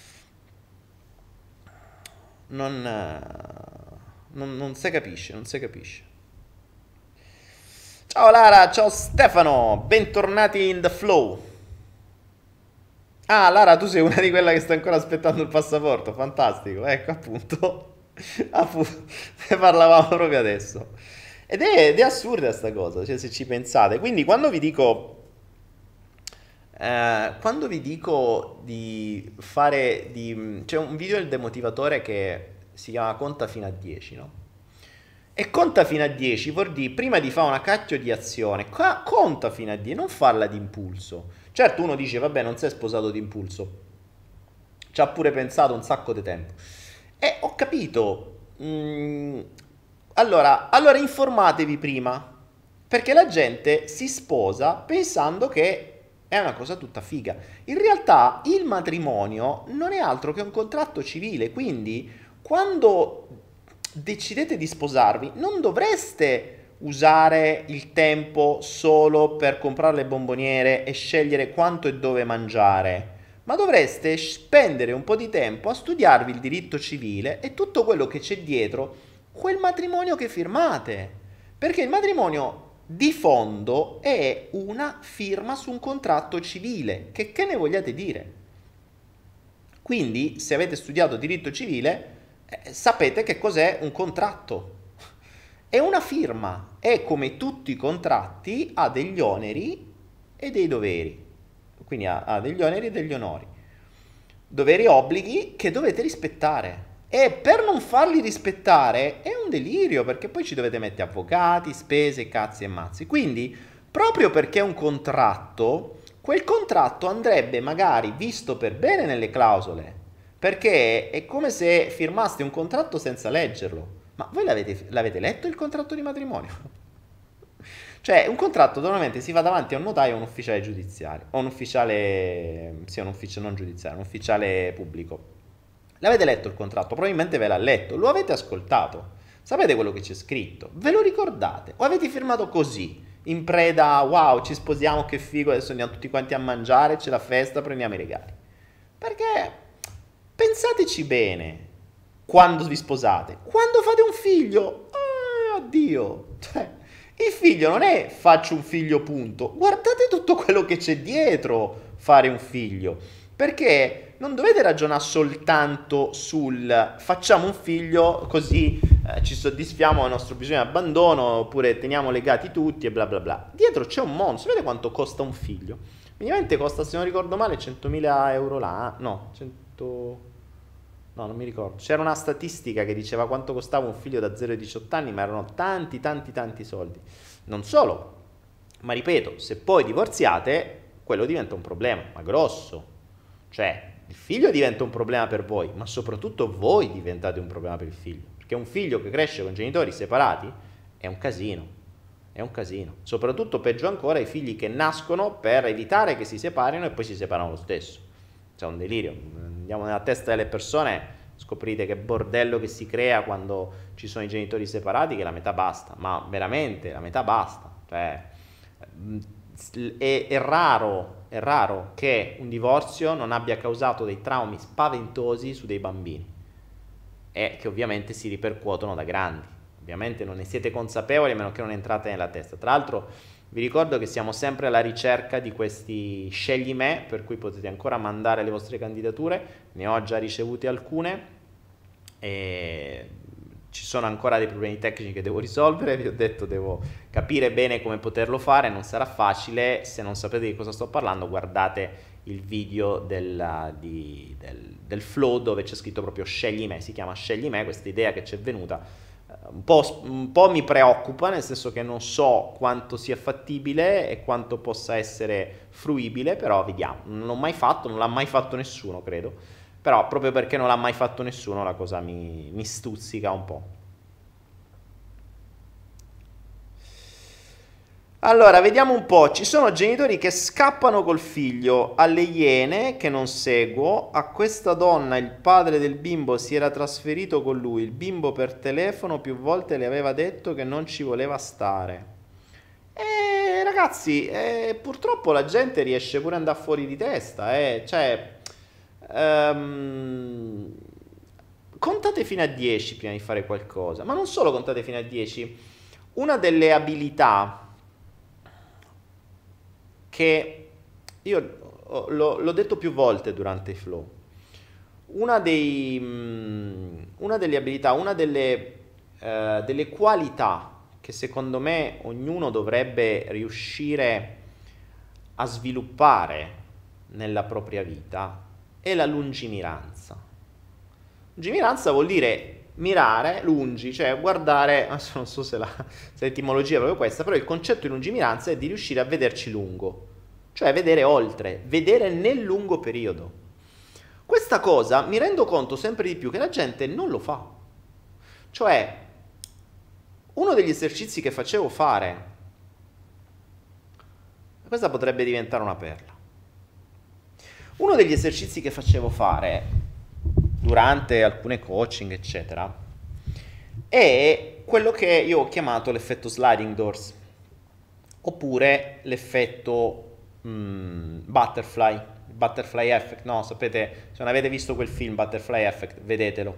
S2: Non, eh, non, non si capisce, non si capisce. Ciao Lara, ciao Stefano, bentornati in The Flow. Ah, Lara, tu sei una di quelle che sta ancora aspettando il passaporto, fantastico, ecco appunto, appunto, ne parlavamo proprio adesso. Ed è, ed è assurda sta cosa, cioè se ci pensate, quindi quando vi dico, eh, quando vi dico di fare, di, c'è un video del demotivatore che si chiama Conta fino a dieci, no? E conta fino a dieci vuol dire prima di fare una cacchio di azione, conta fino a dieci, non farla d'impulso. Certo uno dice vabbè non sei sposato d'impulso, ci ha pure pensato un sacco di tempo. E ho capito, mm, allora, allora informatevi prima, perché la gente si sposa pensando che è una cosa tutta figa. In realtà il matrimonio non è altro che un contratto civile, quindi quando decidete di sposarvi, non dovreste usare il tempo solo per comprare le bomboniere e scegliere quanto e dove mangiare, ma dovreste spendere un po' di tempo a studiarvi il diritto civile e tutto quello che c'è dietro quel matrimonio che firmate. Perché il matrimonio di fondo è una firma su un contratto civile, che, che ne vogliate dire? Quindi, se avete studiato diritto civile, Eh, sapete che cos'è un contratto. È una firma, è come tutti i contratti, ha degli oneri e dei doveri, quindi ha, ha degli oneri e degli onori, doveri e obblighi che dovete rispettare, e per non farli rispettare è un delirio, perché poi ci dovete mettere avvocati, spese, cazzi e mazzi. Quindi proprio perché è un contratto, quel contratto andrebbe magari visto per bene nelle clausole, perché è come se firmaste un contratto senza leggerlo. Ma voi l'avete, l'avete letto il contratto di matrimonio? Cioè, un contratto normalmente si va davanti a un notaio o un ufficiale giudiziario, o un ufficiale, sì, un ufficiale non giudiziario, un ufficiale pubblico. L'avete letto il contratto? Probabilmente ve l'ha letto, lo avete ascoltato, sapete quello che c'è scritto, ve lo ricordate? O avete firmato così, in preda, wow, ci sposiamo, che figo, adesso andiamo tutti quanti a mangiare, c'è la festa, prendiamo i regali. Perché... pensateci bene quando vi sposate, quando fate un figlio, oh, addio, cioè, il figlio non è faccio un figlio punto, guardate tutto quello che c'è dietro fare un figlio, perché non dovete ragionare soltanto sul facciamo un figlio così eh, ci soddisfiamo il nostro bisogno di abbandono, oppure teniamo legati tutti e bla bla bla. Dietro c'è un mondo, sapete quanto costa un figlio? Minimamente costa, se non ricordo male, centomila euro là, no, cento... No, non mi ricordo. C'era una statistica che diceva quanto costava un figlio da zero a diciotto anni, ma erano tanti, tanti, tanti soldi. Non solo, ma ripeto, se poi divorziate, quello diventa un problema, ma grosso. Cioè, il figlio diventa un problema per voi, ma soprattutto voi diventate un problema per il figlio. Perché un figlio che cresce con genitori separati è un casino. È un casino. Soprattutto, peggio ancora, i figli che nascono per evitare che si separino e poi si separano lo stesso. C'è un delirio. Andiamo nella testa delle persone, scoprite che bordello che si crea quando ci sono i genitori separati, che la metà basta, ma veramente la metà basta. Cioè, è, è raro, è raro che un divorzio non abbia causato dei traumi spaventosi su dei bambini e che ovviamente si ripercuotono da grandi. Ovviamente non ne siete consapevoli a meno che non entrate nella testa. Tra l'altro vi ricordo che siamo sempre alla ricerca di questi scegli me, per cui potete ancora mandare le vostre candidature, ne ho già ricevute alcune e ci sono ancora dei problemi tecnici che devo risolvere, vi ho detto devo capire bene come poterlo fare, non sarà facile, se non sapete di cosa sto parlando guardate il video del, di, del, del flow dove c'è scritto proprio scegli me, si chiama scegli me, questa idea che ci è venuta. Un po', un po' mi preoccupa, nel senso che non so quanto sia fattibile e quanto possa essere fruibile, però vediamo. Non l'ho mai fatto, non l'ha mai fatto nessuno, credo. Però proprio perché non l'ha mai fatto nessuno la cosa mi, mi stuzzica un po'. Allora, vediamo un po', ci sono genitori che scappano col figlio, alle Iene, che non seguo, a questa donna il padre del bimbo si era trasferito con lui, il bimbo per telefono più volte le aveva detto che non ci voleva stare. E ragazzi, eh, purtroppo la gente riesce pure ad andare fuori di testa, eh. Cioè, um, contate fino a dieci prima di fare qualcosa, ma non solo contate fino a dieci, una delle abilità che io l'ho, l'ho detto più volte durante i flow, una, dei, una delle abilità, una delle, uh, delle qualità che secondo me ognuno dovrebbe riuscire a sviluppare nella propria vita è la lungimiranza. Lungimiranza vuol dire mirare, lungi, cioè guardare, adesso non so se, la, se l'etimologia è proprio questa, però il concetto di lungimiranza è di riuscire a vederci lungo, cioè vedere oltre, vedere nel lungo periodo. Questa cosa mi rendo conto sempre di più che la gente non lo fa. Cioè, uno degli esercizi che facevo fare, questa potrebbe diventare una perla, uno degli esercizi che facevo fare durante alcune coaching, eccetera, è quello che io ho chiamato l'effetto sliding doors, oppure l'effetto mm, butterfly, butterfly effect. No, sapete, se non avete visto quel film Butterfly Effect, vedetelo.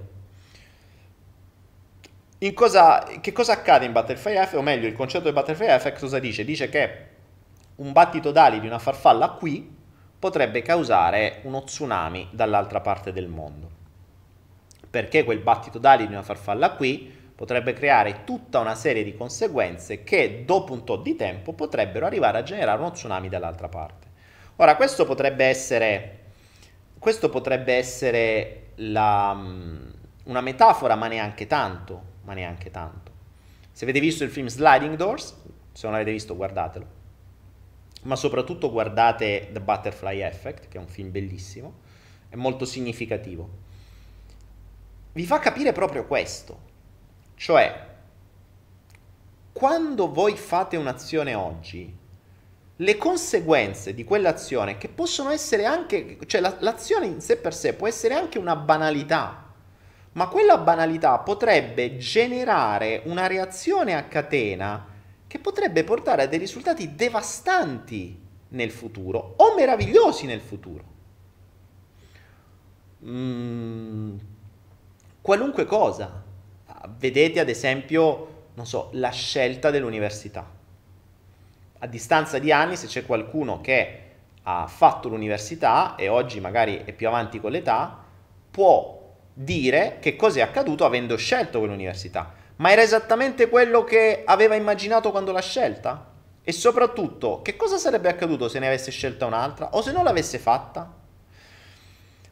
S2: In cosa, che cosa accade in Butterfly Effect, o meglio, il concetto del Butterfly Effect cosa dice? Dice che un battito d'ali di una farfalla qui potrebbe causare uno tsunami dall'altra parte del mondo. Perché quel battito d'ali di una farfalla qui potrebbe creare tutta una serie di conseguenze che dopo un tot di tempo potrebbero arrivare a generare uno tsunami dall'altra parte. Ora, questo potrebbe essere, questo potrebbe essere la, una metafora, ma neanche tanto, ma neanche tanto. Se avete visto il film Sliding Doors, se non l'avete visto guardatelo, ma soprattutto guardate The Butterfly Effect, che è un film bellissimo, è molto significativo. Vi fa capire proprio questo, cioè quando voi fate un'azione oggi, le conseguenze di quell'azione, che possono essere anche, cioè la, l'azione in sé per sé può essere anche una banalità, ma quella banalità potrebbe generare una reazione a catena che potrebbe portare a dei risultati devastanti nel futuro o meravigliosi nel futuro. Mm. Qualunque cosa, vedete ad esempio, non so, la scelta dell'università. A distanza di anni, se c'è qualcuno che ha fatto l'università e oggi magari è più avanti con l'età, può dire che cosa è accaduto avendo scelto quell'università. Ma era esattamente quello che aveva immaginato quando l'ha scelta? E soprattutto, che cosa sarebbe accaduto se ne avesse scelta un'altra o se non l'avesse fatta?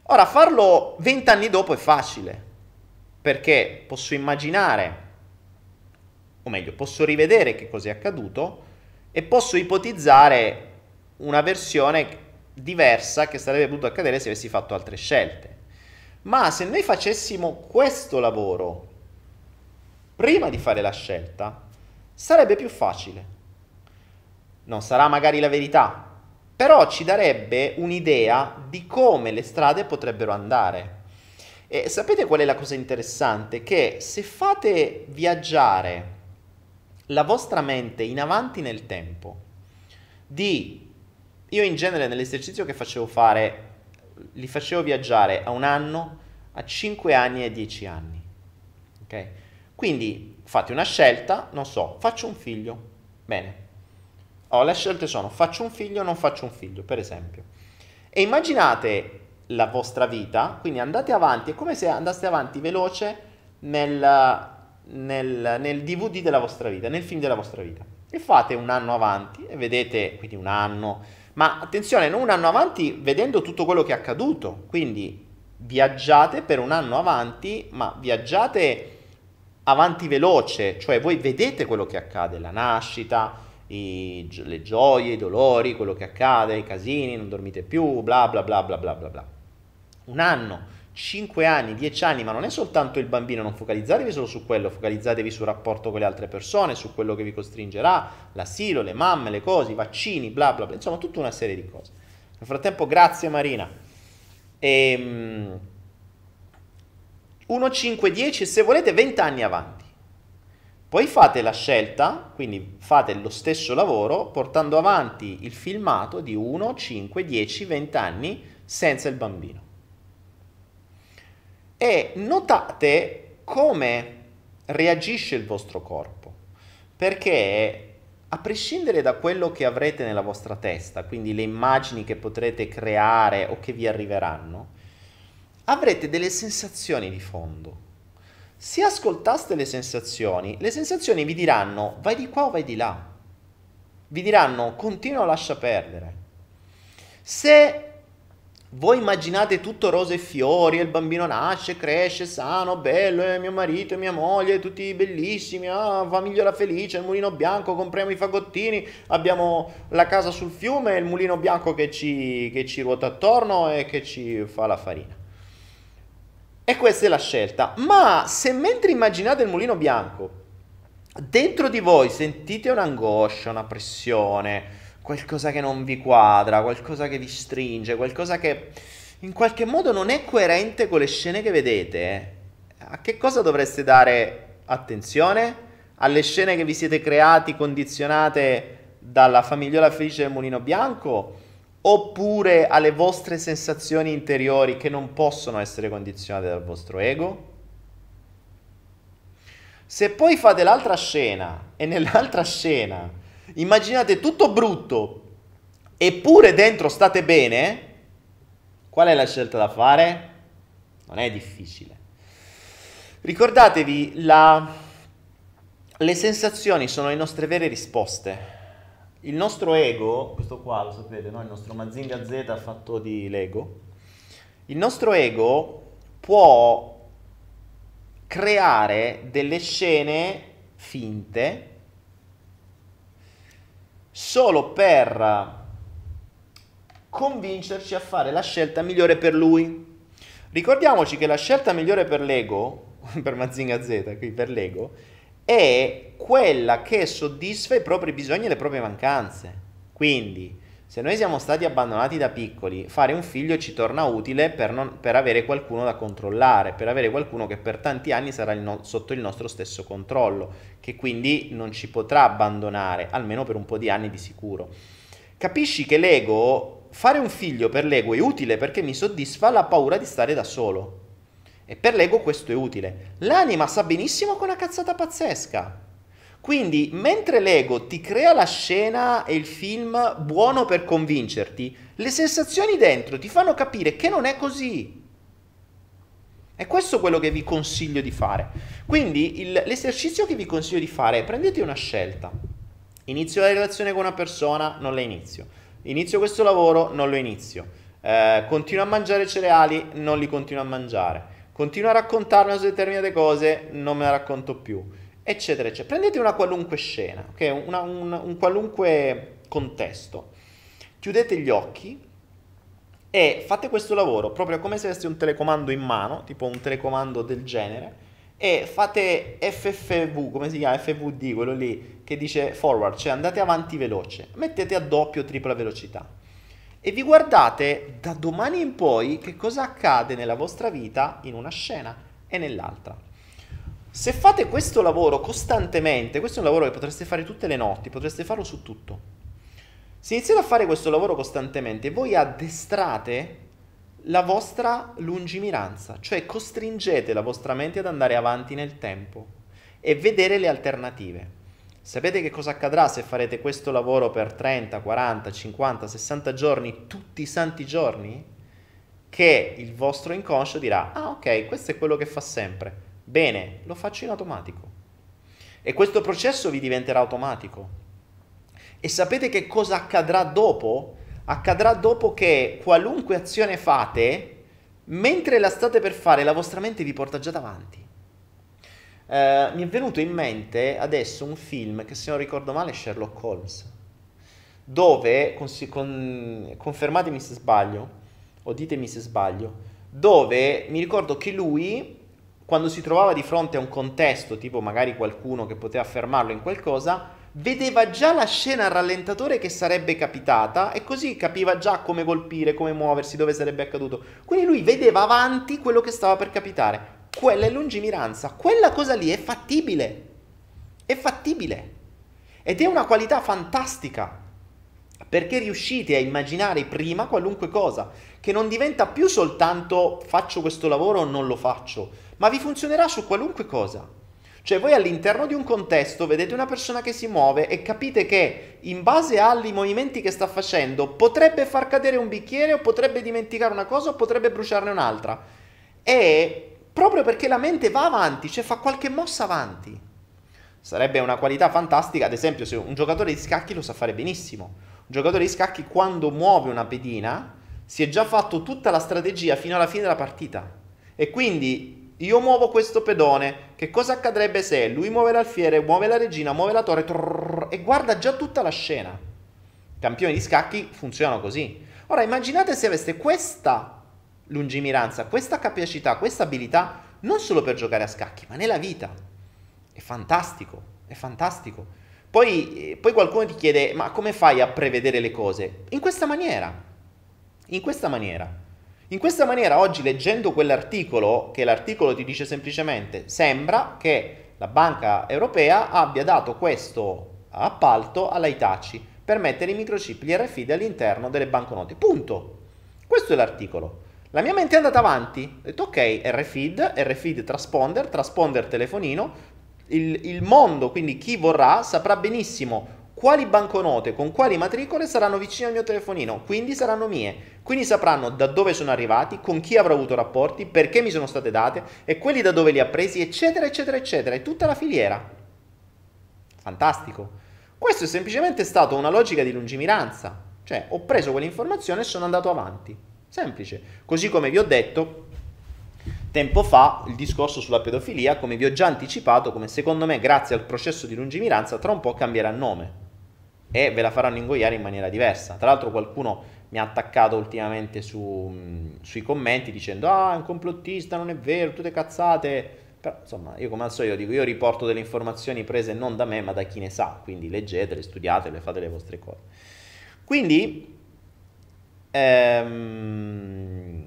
S2: Ora, farlo vent'anni dopo è facile, perché posso immaginare, o meglio, posso rivedere che cosa è accaduto e posso ipotizzare una versione diversa che sarebbe potuto accadere se avessi fatto altre scelte. Ma se noi facessimo questo lavoro prima di fare la scelta, sarebbe più facile. Non sarà magari la verità, però ci darebbe un'idea di come le strade potrebbero andare. E sapete qual è la cosa interessante? Che se fate viaggiare la vostra mente in avanti nel tempo, di io in genere nell'esercizio che facevo fare li facevo viaggiare a un anno, a cinque anni e a dieci anni. Ok? Quindi fate una scelta, non so, faccio un figlio. Bene. Oh, le scelte sono faccio un figlio o non faccio un figlio, per esempio. E immaginate la vostra vita, quindi andate avanti, è come se andaste avanti veloce nel, nel, nel D V D della vostra vita, nel film della vostra vita. E fate un anno avanti e vedete, quindi un anno, ma attenzione, non un anno avanti vedendo tutto quello che è accaduto, quindi viaggiate per un anno avanti, ma viaggiate avanti veloce, cioè voi vedete quello che accade, la nascita, i, le gioie, i dolori, quello che accade, i casini, non dormite più, bla bla bla bla bla bla bla. Un anno, cinque anni, dieci anni, ma non è soltanto il bambino, non focalizzatevi solo su quello, focalizzatevi sul rapporto con le altre persone, su quello che vi costringerà, l'asilo, le mamme, le cose, i vaccini, bla bla bla, insomma tutta una serie di cose. Nel frattempo, grazie Marina. Ehm... uno, cinque, dieci e se volete venti anni avanti. Poi fate la scelta, quindi fate lo stesso lavoro portando avanti il filmato di uno, cinque, dieci, venti anni senza il bambino. E notate come reagisce il vostro corpo, perché a prescindere da quello che avrete nella vostra testa, quindi le immagini che potrete creare o che vi arriveranno, avrete delle sensazioni di fondo. Se ascoltaste le sensazioni, le sensazioni vi diranno vai di qua o vai di là. Vi diranno continua o lascia perdere. Se voi immaginate tutto rose e fiori, e il bambino nasce, cresce, sano, bello, e mio marito e mia moglie, tutti bellissimi, ah, famiglia felice, il mulino bianco, compriamo i fagottini, abbiamo la casa sul fiume e il mulino bianco che ci, che ci ruota attorno e che ci fa la farina. E questa è la scelta. Ma se mentre immaginate il mulino bianco, dentro di voi sentite un'angoscia, una pressione, qualcosa che non vi quadra, qualcosa che vi stringe, qualcosa che in qualche modo non è coerente con le scene che vedete, a che cosa dovreste dare attenzione? Alle scene che vi siete creati, condizionate dalla famigliola felice del mulino bianco? Oppure alle vostre sensazioni interiori che non possono essere condizionate dal vostro ego? Se poi fate l'altra scena e nell'altra scena immaginate tutto brutto eppure dentro state bene, qual è la scelta da fare? Non è difficile. Ricordatevi, la... le sensazioni sono le nostre vere risposte. Il nostro ego, questo qua lo sapete, no? Il nostro Mazinga Z fatto di Lego, il nostro ego può creare delle scene finte solo per convincerci a fare la scelta migliore per lui. Ricordiamoci che la scelta migliore per l'ego, per Mazinga Z, qui per l'ego, è quella che soddisfa i propri bisogni e le proprie mancanze. Quindi, se noi siamo stati abbandonati da piccoli, fare un figlio ci torna utile per, non, per avere qualcuno da controllare, per avere qualcuno che per tanti anni sarà il no, sotto il nostro stesso controllo, che quindi non ci potrà abbandonare, almeno per un po' di anni di sicuro. Capisci che l'ego, fare un figlio per l'ego è utile perché mi soddisfa la paura di stare da solo. E per l'ego questo è utile. L'anima sa benissimo che è una cazzata pazzesca. Quindi, mentre l'ego ti crea la scena e il film buono per convincerti, le sensazioni dentro ti fanno capire che non è così. È questo quello che vi consiglio di fare. Quindi, il, l'esercizio che vi consiglio di fare è prendete una scelta. Inizio la relazione con una persona, non la inizio. Inizio questo lavoro, non lo inizio. eh, continuo a mangiare cereali, non li continuo a mangiare, continuo a raccontarmi su determinate cose, non me la racconto più, eccetera, eccetera. Prendete una qualunque scena, ok? Una- un, un qualunque contesto, chiudete gli occhi e fate questo lavoro proprio come se aveste un telecomando in mano, tipo un telecomando del genere, e fate F F V, come si chiama? F V D, quello lì che dice forward, cioè andate avanti veloce, mettete a doppia o tripla velocità e vi guardate da domani in poi che cosa accade nella vostra vita in una scena e nell'altra. Se fate questo lavoro costantemente, questo è un lavoro che potreste fare tutte le notti, potreste farlo su tutto. Se iniziate a fare questo lavoro costantemente, voi addestrate la vostra lungimiranza, cioè costringete la vostra mente ad andare avanti nel tempo e vedere le alternative. Sapete che cosa accadrà se farete questo lavoro per trenta, quaranta, cinquanta, sessanta giorni, tutti i santi giorni? Che il vostro inconscio dirà, ah ok, questo è quello che fa sempre, bene, lo faccio in automatico. E questo processo vi diventerà automatico. E sapete che cosa accadrà dopo? Accadrà dopo che qualunque azione fate, mentre la state per fare, la vostra mente vi porta già davanti. Eh, mi è venuto in mente adesso un film che, se non ricordo male, è Sherlock Holmes, dove, con, con, confermatemi se sbaglio, o ditemi se sbaglio, dove mi ricordo che lui, quando si trovava di fronte a un contesto, tipo magari qualcuno che poteva fermarlo in qualcosa, vedeva già la scena al rallentatore che sarebbe capitata e così capiva già come colpire, come muoversi, dove sarebbe accaduto. Quindi lui vedeva avanti quello che stava per capitare. Quella è lungimiranza, quella cosa lì è fattibile, è fattibile ed è una qualità fantastica perché riuscite a immaginare prima qualunque cosa, che non diventa più soltanto faccio questo lavoro o non lo faccio, ma vi funzionerà su qualunque cosa. Cioè voi all'interno di un contesto vedete una persona che si muove e capite che in base ai movimenti che sta facendo potrebbe far cadere un bicchiere o potrebbe dimenticare una cosa o potrebbe bruciarne un'altra. E proprio perché la mente va avanti, cioè fa qualche mossa avanti. Sarebbe una qualità fantastica, ad esempio se un giocatore di scacchi lo sa fare benissimo. Un giocatore di scacchi quando muove una pedina si è già fatto tutta la strategia fino alla fine della partita. E quindi io muovo questo pedone, che cosa accadrebbe se lui muove l'alfiere, muove la regina, muove la torre, trrr, e guarda già tutta la scena. Campioni di scacchi funzionano così. Ora immaginate se aveste questa lungimiranza, questa capacità, questa abilità, non solo per giocare a scacchi, ma nella vita. È fantastico, è fantastico. Poi, poi qualcuno ti chiede, ma come fai a prevedere le cose? In questa maniera, in questa maniera. In questa maniera oggi leggendo quell'articolo, che l'articolo ti dice semplicemente sembra che la Banca Europea abbia dato questo appalto alla Hitachi per mettere i microchip, gli R F I D all'interno delle banconote. Punto. Questo è l'articolo. La mia mente è andata avanti, ho detto ok, R F I D, R F I D transponder, transponder telefonino, il, il mondo, quindi chi vorrà, saprà benissimo quali banconote con quali matricole saranno vicine al mio telefonino, quindi saranno mie. Quindi sapranno da dove sono arrivati, con chi avrò avuto rapporti, perché mi sono state date e quelli da dove li ha presi, eccetera, eccetera, eccetera. È tutta la filiera. Fantastico. Questo è semplicemente stato una logica di lungimiranza. Cioè, ho preso quell'informazione e sono andato avanti. Semplice. Così come vi ho detto tempo fa il discorso sulla pedofilia, come vi ho già anticipato, come secondo me grazie al processo di lungimiranza tra un po' cambierà nome e ve la faranno ingoiare in maniera diversa. Tra l'altro qualcuno mi ha attaccato ultimamente su, mh, sui commenti dicendo ah è un complottista, non è vero, tutte cazzate. Però insomma io come al solito dico, io riporto delle informazioni prese non da me ma da chi ne sa, quindi leggetele, studiatele, fate le vostre cose. Quindi ehm,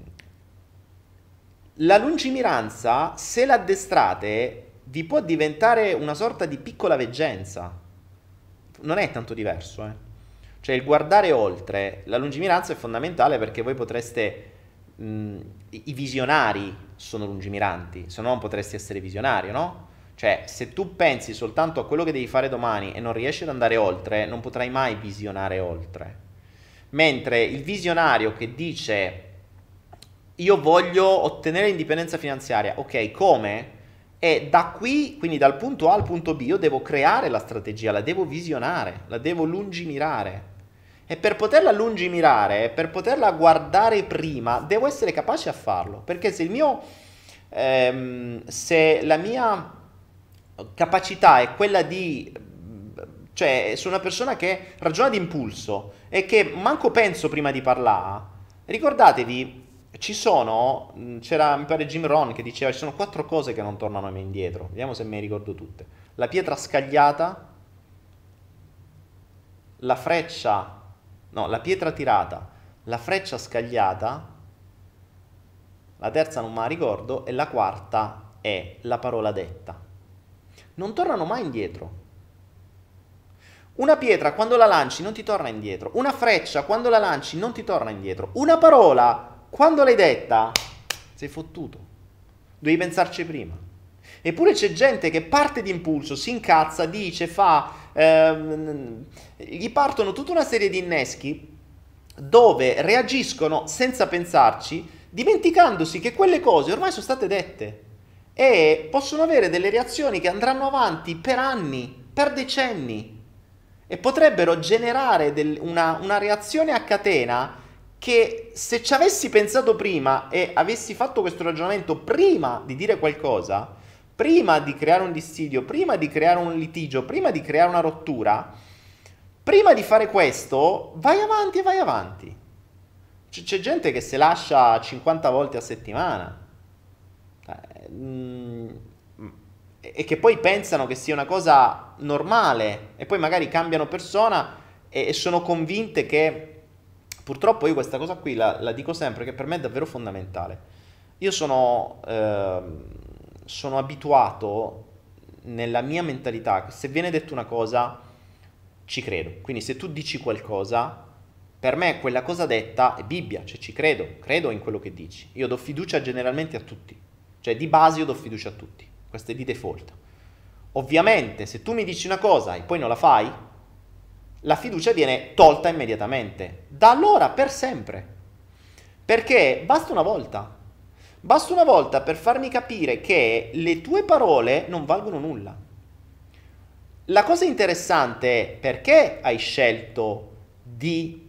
S2: la lungimiranza, se l'addestrate, vi può diventare una sorta di piccola veggenza. Non è tanto diverso, eh. Cioè il guardare oltre, la lungimiranza è fondamentale perché voi potreste, mh, i visionari sono lungimiranti, se no non potresti essere visionario, no? Cioè se tu pensi soltanto a quello che devi fare domani e non riesci ad andare oltre, non potrai mai visionare oltre. Mentre il visionario che dice io voglio ottenere indipendenza finanziaria, ok, come? E da qui, quindi dal punto A al punto B, io devo creare la strategia, la devo visionare, la devo lungimirare. E per poterla lungimirare, per poterla guardare prima, devo essere capace a farlo. Perché se il mio, ehm, se la mia capacità è quella di, cioè, sono una persona che ragiona d'impulso e che manco penso prima di parlare, ricordatevi, ci sono, c'era mi pare Jim Rohn che diceva ci sono quattro cose che non tornano mai indietro. Vediamo se me ne ricordo tutte. La pietra scagliata, la freccia, no, la pietra tirata, la freccia scagliata, la terza non me la ricordo e la quarta è la parola detta. Non tornano mai indietro. Una pietra quando la lanci non ti torna indietro, una freccia quando la lanci non ti torna indietro, una parola quando l'hai detta sei fottuto. Devi pensarci prima. Eppure c'è gente che parte d'impulso, si incazza, dice, fa, ehm, gli partono tutta una serie di inneschi dove reagiscono senza pensarci, dimenticandosi che quelle cose ormai sono state dette e possono avere delle reazioni che andranno avanti per anni, per decenni e potrebbero generare del, una, una reazione a catena che se ci avessi pensato prima e avessi fatto questo ragionamento prima di dire qualcosa, prima di creare un dissidio, prima di creare un litigio, prima di creare una rottura, prima di fare questo, vai avanti e vai avanti. C- c'è gente che si lascia cinquanta volte a settimana eh, mm, e che poi pensano che sia una cosa normale e poi magari cambiano persona e, e sono convinte che purtroppo io questa cosa qui la, la dico sempre che per me è davvero fondamentale. Io sono, eh, sono abituato nella mia mentalità che se viene detta una cosa ci credo. Quindi se tu dici qualcosa, per me quella cosa detta è Bibbia, cioè ci credo, credo in quello che dici. Io do fiducia generalmente a tutti, cioè di base io do fiducia a tutti, questo è di default. Ovviamente se tu mi dici una cosa e poi non la fai, la fiducia viene tolta immediatamente, da allora per sempre, perché basta una volta, basta una volta per farmi capire che le tue parole non valgono nulla. La cosa interessante è perché hai scelto di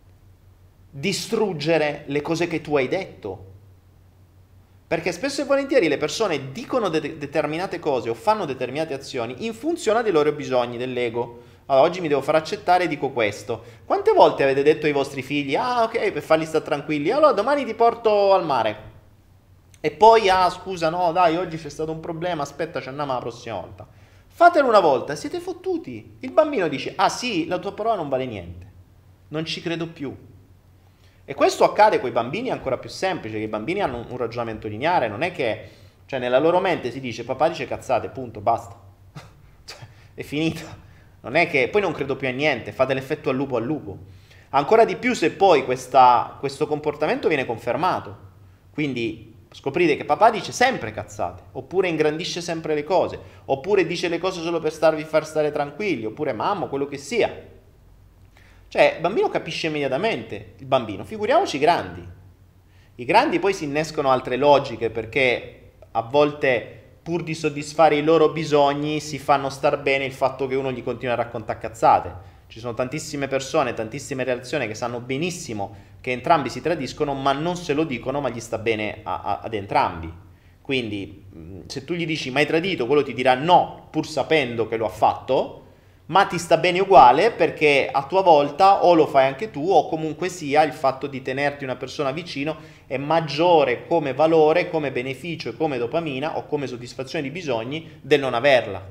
S2: distruggere le cose che tu hai detto, perché spesso e volentieri le persone dicono de- determinate cose o fanno determinate azioni in funzione dei loro bisogni, dell'ego. Allora, oggi mi devo far accettare e dico questo. Quante volte avete detto ai vostri figli, ah ok, per farli stare tranquilli, allora domani ti porto al mare. E poi, ah scusa, no dai, oggi c'è stato un problema, aspetta, ci andiamo la prossima volta. Fatelo una volta, siete fottuti. Il bambino dice, ah sì, la tua parola non vale niente. Non ci credo più. E questo accade con i bambini ancora più semplice, che i bambini hanno un, un ragionamento lineare, non è che, cioè nella loro mente si dice, papà dice cazzate, punto, basta. Cioè, è finita. Non è che poi non credo più a niente, fate l'effetto al lupo al lupo. Ancora di più se poi questa, questo comportamento viene confermato. Quindi scoprite che papà dice sempre cazzate, oppure ingrandisce sempre le cose, oppure dice le cose solo per starvi far stare tranquilli, oppure mamma, quello che sia. Cioè, il bambino capisce immediatamente, il bambino, figuriamoci i grandi. I grandi poi si innescono altre logiche perché a volte pur di soddisfare i loro bisogni si fanno star bene il fatto che uno gli continua a raccontare cazzate. Ci sono tantissime persone, tantissime relazioni che sanno benissimo che entrambi si tradiscono, ma non se lo dicono, ma gli sta bene a, a, ad entrambi. Quindi se tu gli dici mai tradito, quello ti dirà no, pur sapendo che lo ha fatto, ma ti sta bene uguale perché a tua volta o lo fai anche tu o comunque sia il fatto di tenerti una persona vicino è maggiore come valore, come beneficio e come dopamina o come soddisfazione di bisogni del non averla.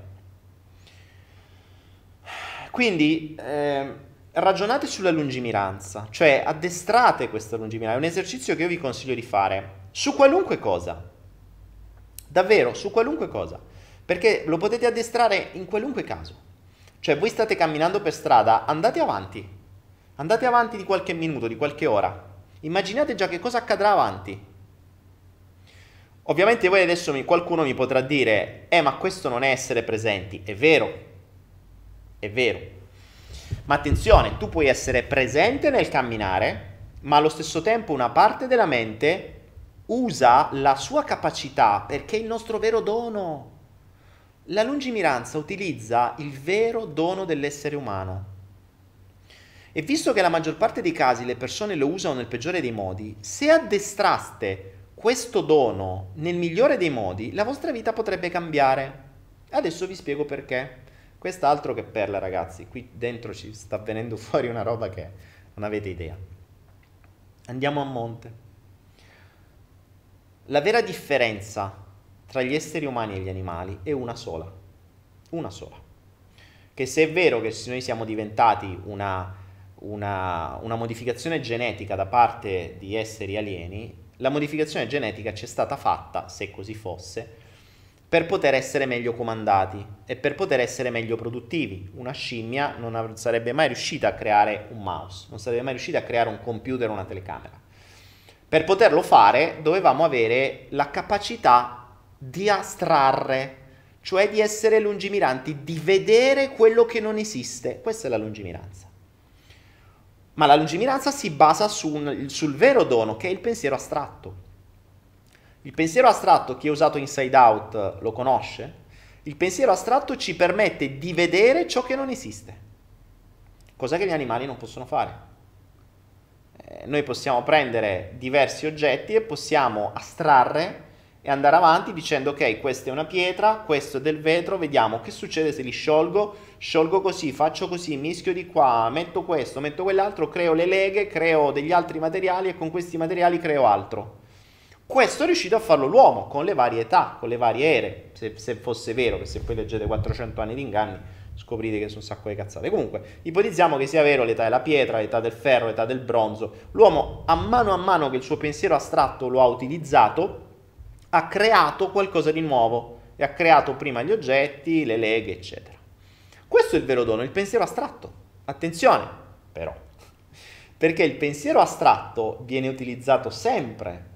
S2: Quindi eh, ragionate sulla lungimiranza, cioè addestrate questa lungimiranza, è un esercizio che io vi consiglio di fare su qualunque cosa, davvero su qualunque cosa, perché lo potete addestrare in qualunque caso. Cioè voi state camminando per strada, andate avanti, andate avanti di qualche minuto, di qualche ora, immaginate già che cosa accadrà avanti. Ovviamente voi adesso mi, qualcuno mi potrà dire, eh ma questo non è essere presenti, è vero, è vero, ma attenzione, tu puoi essere presente nel camminare, ma allo stesso tempo una parte della mente usa la sua capacità perché è il nostro vero dono. La lungimiranza utilizza il vero dono dell'essere umano. E visto che la maggior parte dei casi le persone lo usano nel peggiore dei modi, se addestraste questo dono nel migliore dei modi, la vostra vita potrebbe cambiare. Adesso vi spiego perché. Quest'altro che perla, ragazzi. Qui dentro ci sta venendo fuori una roba che non avete idea. Andiamo a monte. La vera differenza tra gli esseri umani e gli animali è una sola. Una sola. Che se è vero che noi siamo diventati una, una, una modificazione genetica da parte di esseri alieni, la modificazione genetica c'è stata fatta, se così fosse, per poter essere meglio comandati e per poter essere meglio produttivi. Una scimmia non av- sarebbe mai riuscita a creare un mouse, non sarebbe mai riuscita a creare un computer o una telecamera. Per poterlo fare dovevamo avere la capacità di astrarre, cioè di essere lungimiranti, di vedere quello che non esiste. Questa è la lungimiranza. Ma la lungimiranza si basa su un, sul vero dono, che è il pensiero astratto. Il pensiero astratto, chi ha usato Inside Out lo conosce. Il pensiero astratto ci permette di vedere ciò che non esiste, cosa che gli animali non possono fare. Eh, noi possiamo prendere diversi oggetti e possiamo astrarre e andare avanti dicendo ok, questa è una pietra, questo è del vetro, vediamo che succede se li sciolgo, sciolgo così, faccio così, mischio di qua, metto questo, metto quell'altro, creo le leghe, creo degli altri materiali e con questi materiali creo altro. Questo è riuscito a farlo l'uomo con le varie età, con le varie ere, se, se fosse vero, che se poi leggete quattrocento anni di inganni scoprite che sono un sacco di cazzate. Comunque, ipotizziamo che sia vero l'età della pietra, l'età del ferro, l'età del bronzo. L'uomo, a mano a mano che il suo pensiero astratto lo ha utilizzato, ha creato qualcosa di nuovo e ha creato prima gli oggetti, le leghe, eccetera. Questo è il vero dono, il pensiero astratto. Attenzione, però, perché il pensiero astratto viene utilizzato sempre.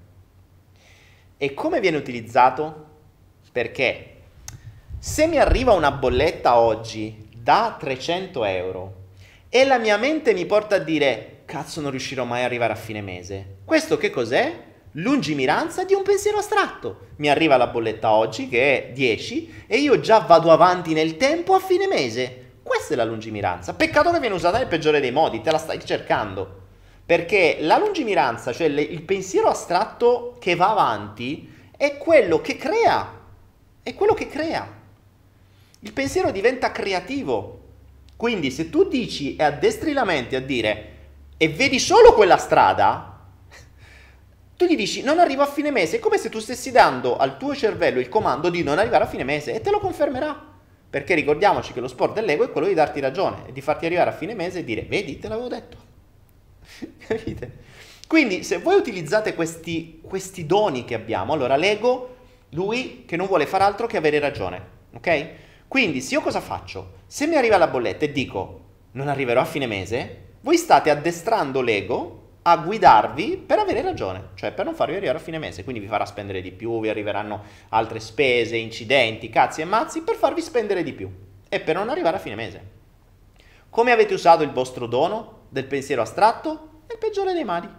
S2: E come viene utilizzato? Perché se mi arriva una bolletta oggi da trecento euro e la mia mente mi porta a dire cazzo, non riuscirò mai ad arrivare a fine mese, questo che cos'è? Lungimiranza di un pensiero astratto. Mi arriva la bolletta oggi che è dieci e io già vado avanti nel tempo a fine mese. Questa è la lungimiranza. Peccato che viene usata nel peggiore dei modi, te la stai cercando. Perché la lungimiranza, cioè le, il pensiero astratto che va avanti, è quello che crea. È quello che crea. Il pensiero diventa creativo. Quindi se tu dici e addestri la mente a dire e vedi solo quella strada, tu gli dici non arrivo a fine mese. È come se tu stessi dando al tuo cervello il comando di non arrivare a fine mese e te lo confermerà. Perché ricordiamoci che lo sport dell'ego è quello di darti ragione e di farti arrivare a fine mese e dire vedi, te l'avevo detto. Capite? Quindi se voi utilizzate questi, questi doni che abbiamo, allora l'ego, lui che non vuole fare altro che avere ragione, ok? Quindi se io cosa faccio? Se mi arriva la bolletta e dico non arriverò a fine mese, voi state addestrando l'ego a guidarvi per avere ragione, cioè per non farvi arrivare a fine mese, quindi vi farà spendere di più, vi arriveranno altre spese, incidenti, cazzi e mazzi per farvi spendere di più e per non arrivare a fine mese. Come avete usato il vostro dono del pensiero astratto? Nel peggiore dei mali.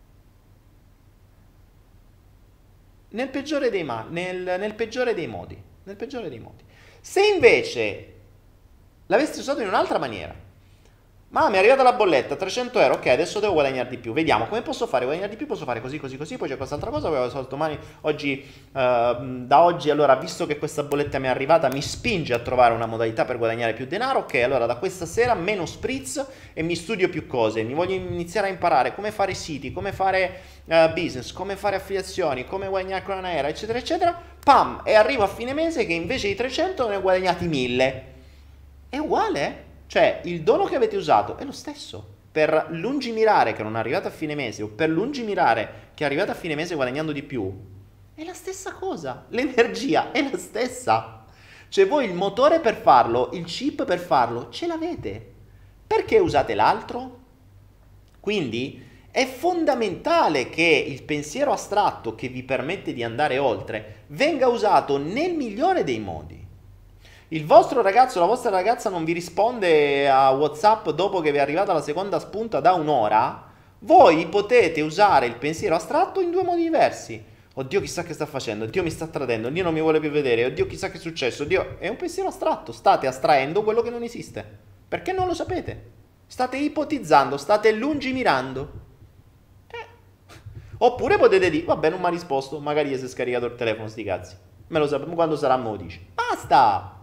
S2: Nel peggiore dei mali, nel, nel peggiore dei modi, nel peggiore dei modi. Se invece l'aveste usato in un'altra maniera, ma mi è arrivata la bolletta, trecento euro, ok, adesso devo guadagnare di più, vediamo come posso fare, guadagnare di più, posso fare così, così, così, poi c'è quest'altra cosa, poi ho domani, oggi, uh, da oggi, allora, visto che questa bolletta mi è arrivata, mi spinge a trovare una modalità per guadagnare più denaro, ok, allora da questa sera meno spritz e mi studio più cose, mi voglio iniziare a imparare come fare siti, come fare uh, business, come fare affiliazioni, come guadagnare con una era, eccetera, eccetera, pam, e arrivo a fine mese che invece di trecento ne ho guadagnati mille. È uguale, eh? Cioè, il dono che avete usato è lo stesso. Per lungimirare che non è arrivato a fine mese o per lungimirare che è arrivato a fine mese guadagnando di più, è la stessa cosa. L'energia è la stessa. Cioè, voi il motore per farlo, il chip per farlo, ce l'avete. Perché usate l'altro? Quindi è fondamentale che il pensiero astratto che vi permette di andare oltre venga usato nel migliore dei modi. Il vostro ragazzo, la vostra ragazza non vi risponde a WhatsApp dopo che vi è arrivata la seconda spunta da un'ora, voi potete usare il pensiero astratto in due modi diversi. Oddio, chissà che sta facendo, Dio mi sta tradendo, Dio non mi vuole più vedere, oddio chissà che è successo, Dio... È un pensiero astratto, state astraendo quello che non esiste, perché non lo sapete. State ipotizzando, state lungimirando. Eh. Oppure potete dire, vabbè, non mi ha risposto, magari gli si è scaricato il telefono, sti cazzi. Me lo sappiamo, quando sarà me lo dice. Basta!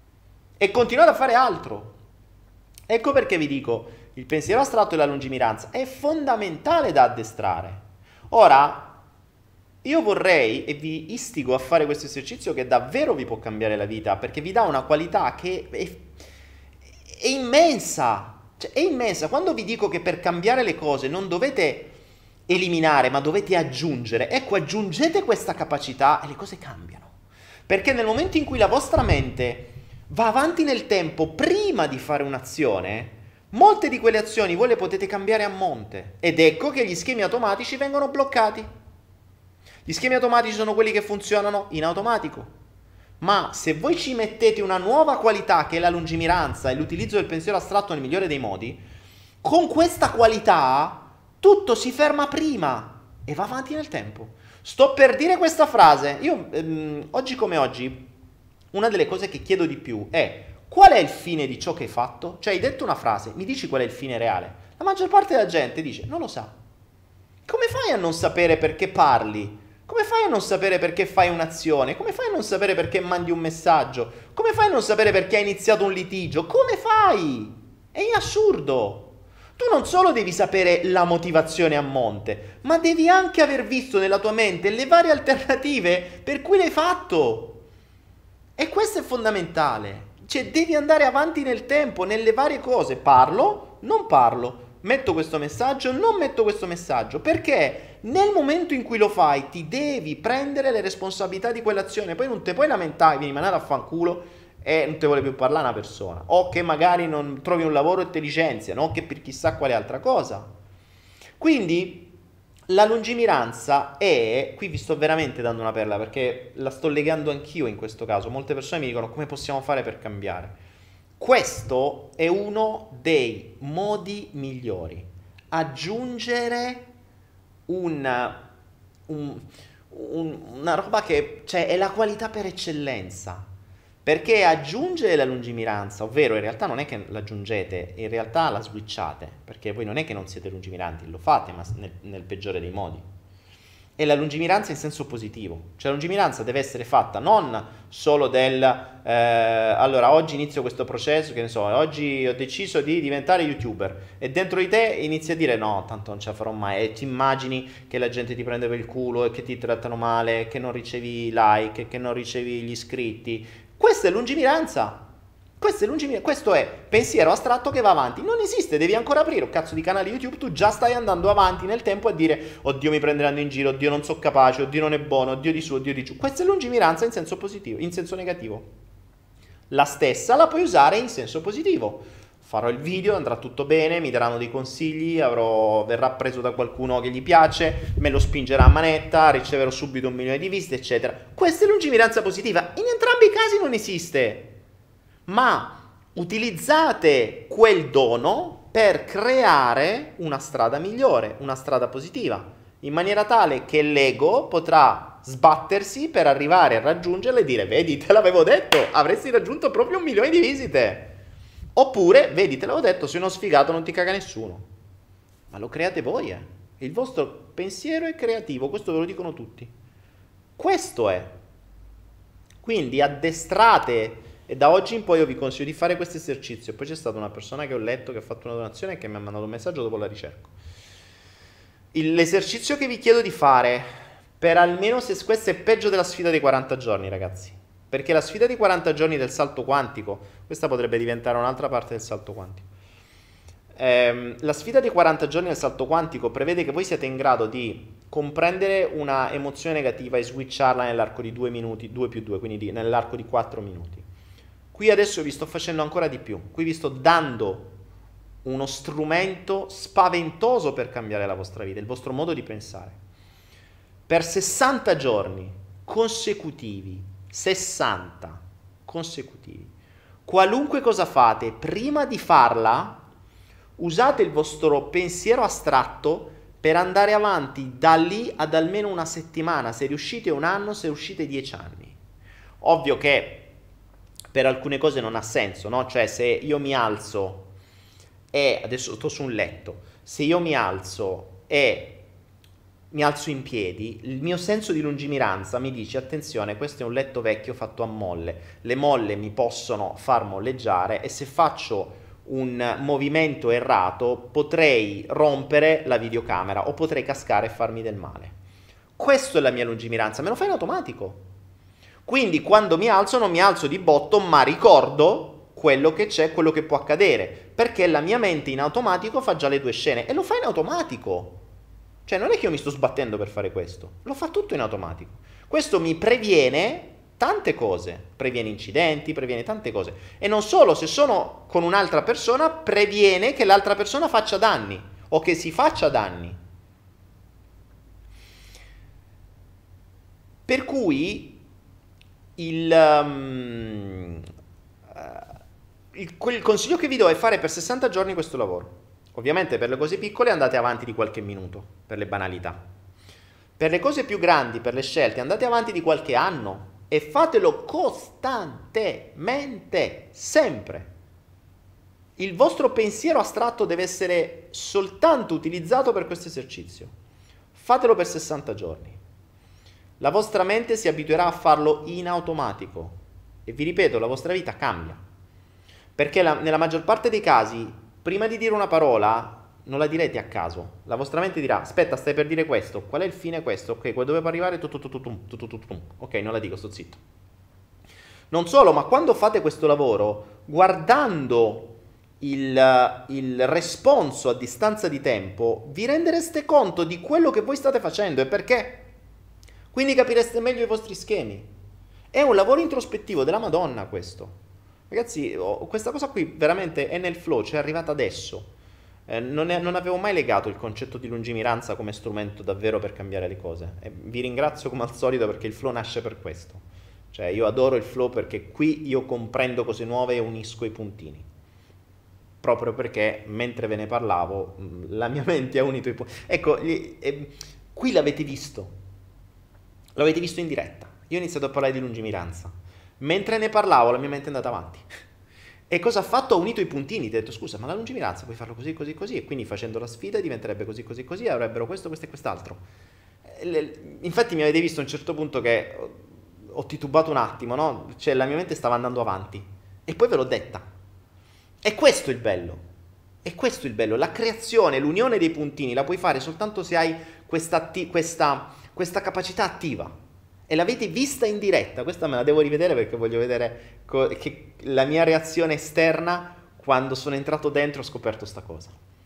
S2: E continuate a fare altro. Ecco perché vi dico, il pensiero astratto e la lungimiranza è fondamentale da addestrare. Ora, io vorrei e vi istigo a fare questo esercizio che davvero vi può cambiare la vita, perché vi dà una qualità che è, è immensa. Cioè, è immensa. Quando vi dico che per cambiare le cose non dovete eliminare, ma dovete aggiungere, ecco, aggiungete questa capacità e le cose cambiano. Perché nel momento in cui la vostra mente va avanti nel tempo prima di fare un'azione, molte di quelle azioni voi le potete cambiare a monte. Ed ecco che gli schemi automatici vengono bloccati. Gli schemi automatici sono quelli che funzionano in automatico. Ma se voi ci mettete una nuova qualità che è la lungimiranza e l'utilizzo del pensiero astratto nel migliore dei modi, con questa qualità tutto si ferma prima e va avanti nel tempo. Sto per dire questa frase. Io ehm, oggi come oggi una delle cose che chiedo di più è: qual è il fine di ciò che hai fatto? Cioè, hai detto una frase, mi dici qual è il fine reale? La maggior parte della gente dice non lo sa. Come fai a non sapere perché parli? Come fai a non sapere perché fai un'azione? Come fai a non sapere perché mandi un messaggio? Come fai a non sapere perché hai iniziato un litigio? Come fai? È assurdo. Tu non solo devi sapere la motivazione a monte, ma devi anche aver visto nella tua mente le varie alternative per cui l'hai fatto. E questo è fondamentale. Cioè, devi andare avanti nel tempo, nelle varie cose. Parlo, non parlo. Metto questo messaggio, non metto questo messaggio. Perché nel momento in cui lo fai ti devi prendere le responsabilità di quell'azione. Poi non te puoi lamentare, vieni mandato a fanculo e non te vuole più parlare una persona, o che magari non trovi un lavoro e te licenziano, o che per chissà quale altra cosa. Quindi la lungimiranza è, qui vi sto veramente dando una perla perché la sto legando anch'io in questo caso. Molte persone mi dicono come possiamo fare per cambiare. Questo è uno dei modi migliori. Aggiungere una, un, un, una roba che, cioè, è la qualità per eccellenza. Perché aggiungere la lungimiranza, ovvero in realtà non è che l'aggiungete, in realtà la switchate, perché voi non è che non siete lungimiranti, lo fate, ma nel, nel peggiore dei modi. E la lungimiranza in senso positivo, cioè la lungimiranza deve essere fatta non solo del eh, allora oggi inizio questo processo, che ne so, oggi ho deciso di diventare youtuber, e dentro di te inizi a dire no, tanto non ce la farò mai, e ti immagini che la gente ti prende per il culo e che ti trattano male, che non ricevi like, che non ricevi gli iscritti. Questa è lungimiranza. Questo è lungimiranza. Questo è pensiero astratto che va avanti. Non esiste, devi ancora aprire un cazzo di canale YouTube, tu già stai andando avanti nel tempo a dire oddio mi prenderanno in giro, oddio non so capace, oddio non è buono, oddio di su, oddio di giù. Questa è lungimiranza in senso positivo, in senso negativo. La stessa la puoi usare in senso positivo. Farò il video, andrà tutto bene, mi daranno dei consigli, avrò, verrà preso da qualcuno che gli piace, me lo spingerà a manetta, riceverò subito un milione di viste, eccetera. Questa è lungimiranza positiva. In entrambi i casi non esiste. Ma utilizzate quel dono per creare una strada migliore, una strada positiva, in maniera tale che l'ego potrà sbattersi per arrivare a raggiungerla e dire vedi, te l'avevo detto, avresti raggiunto proprio un milione di visite. Oppure, vedi, te l'avevo detto, sei uno sfigato, non ti caga nessuno. Ma lo create voi, eh. Il vostro pensiero è creativo, questo ve lo dicono tutti. Questo è. Quindi addestrate, e da oggi in poi io vi consiglio di fare questo esercizio. Poi c'è stata una persona che ho letto che ha fatto una donazione e che mi ha mandato un messaggio, dopo la ricerco. Il, l'esercizio che vi chiedo di fare, per almeno, se questo è peggio della sfida dei quaranta giorni, ragazzi. Perché la sfida di quaranta giorni del salto quantico, questa potrebbe diventare un'altra parte del salto quantico. Ehm, la sfida dei quaranta giorni del salto quantico prevede che voi siate in grado di comprendere una emozione negativa e switcharla nell'arco di due minuti, due più due, quindi di, nell'arco di quattro minuti. Qui adesso vi sto facendo ancora di più, qui vi sto dando uno strumento spaventoso per cambiare la vostra vita, il vostro modo di pensare. Per sessanta giorni consecutivi, sessanta consecutivi, qualunque cosa fate, prima di farla usate il vostro pensiero astratto per andare avanti da lì ad almeno una settimana, se riuscite un anno, se riuscite dieci anni. Ovvio che per alcune cose non ha senso, no? Cioè, se io mi alzo e adesso sto su un letto, se io mi alzo e mi alzo in piedi, il mio senso di lungimiranza mi dice attenzione, questo è un letto vecchio fatto a molle, le molle mi possono far molleggiare e se faccio un movimento errato potrei rompere la videocamera o potrei cascare e farmi del male. Questa è la mia lungimiranza, me lo fa in automatico. Quindi quando mi alzo non mi alzo di botto, ma ricordo quello che c'è, quello che può accadere, perché la mia mente in automatico fa già le due scene e lo fa in automatico. Cioè non è che io mi sto sbattendo per fare questo, lo fa tutto in automatico. Questo mi previene tante cose, previene incidenti, previene tante cose. E non solo, se sono con un'altra persona, previene che l'altra persona faccia danni o che si faccia danni. Per cui il, um, il, il consiglio che vi do è fare per sessanta giorni questo lavoro. Ovviamente per le cose piccole andate avanti di qualche minuto, per le banalità. Per le cose più grandi, per le scelte, andate avanti di qualche anno e fatelo costantemente, sempre. Il vostro pensiero astratto deve essere soltanto utilizzato per questo esercizio. Fatelo per sessanta giorni. La vostra mente si abituerà a farlo in automatico e vi ripeto, la vostra vita cambia. Perché la, nella maggior parte dei casi, prima di dire una parola, non la direte a caso. La vostra mente dirà, aspetta, stai per dire questo, qual è il fine questo? Ok, dove può arrivare? Ok, non la dico, sto zitto. Non solo, ma quando fate questo lavoro, guardando il, il responso a distanza di tempo, vi rendereste conto di quello che voi state facendo e perché. Quindi capireste meglio i vostri schemi. È un lavoro introspettivo della Madonna questo. Ragazzi, oh, questa cosa qui veramente è nel flow, cioè è arrivata adesso. Eh, non, è, non avevo mai legato il concetto di lungimiranza come strumento davvero per cambiare le cose. E vi ringrazio come al solito perché il flow nasce per questo. Cioè io adoro il flow perché qui io comprendo cose nuove e unisco i puntini. Proprio perché mentre ve ne parlavo la mia mente ha unito i puntini. Ecco, eh, qui l'avete visto. L'avete visto in diretta. Io ho iniziato a parlare di lungimiranza. Mentre ne parlavo la mia mente è andata avanti. E cosa ha fatto? Ha unito i puntini. Ti ha detto scusa, ma la lungimiranza puoi farlo così, così, così. E quindi facendo la sfida diventerebbe così, così, così. Avrebbero questo, questo e quest'altro. Infatti mi avete visto a un certo punto che ho titubato un attimo, no? Cioè la mia mente stava andando avanti. E poi ve l'ho detta. E questo è il bello. E questo è il bello. La creazione, l'unione dei puntini la puoi fare soltanto se hai questa, atti- questa, questa capacità attiva. E l'avete vista in diretta, questa me la devo rivedere perché voglio vedere co- che la mia reazione esterna quando sono entrato dentro ho scoperto sta cosa.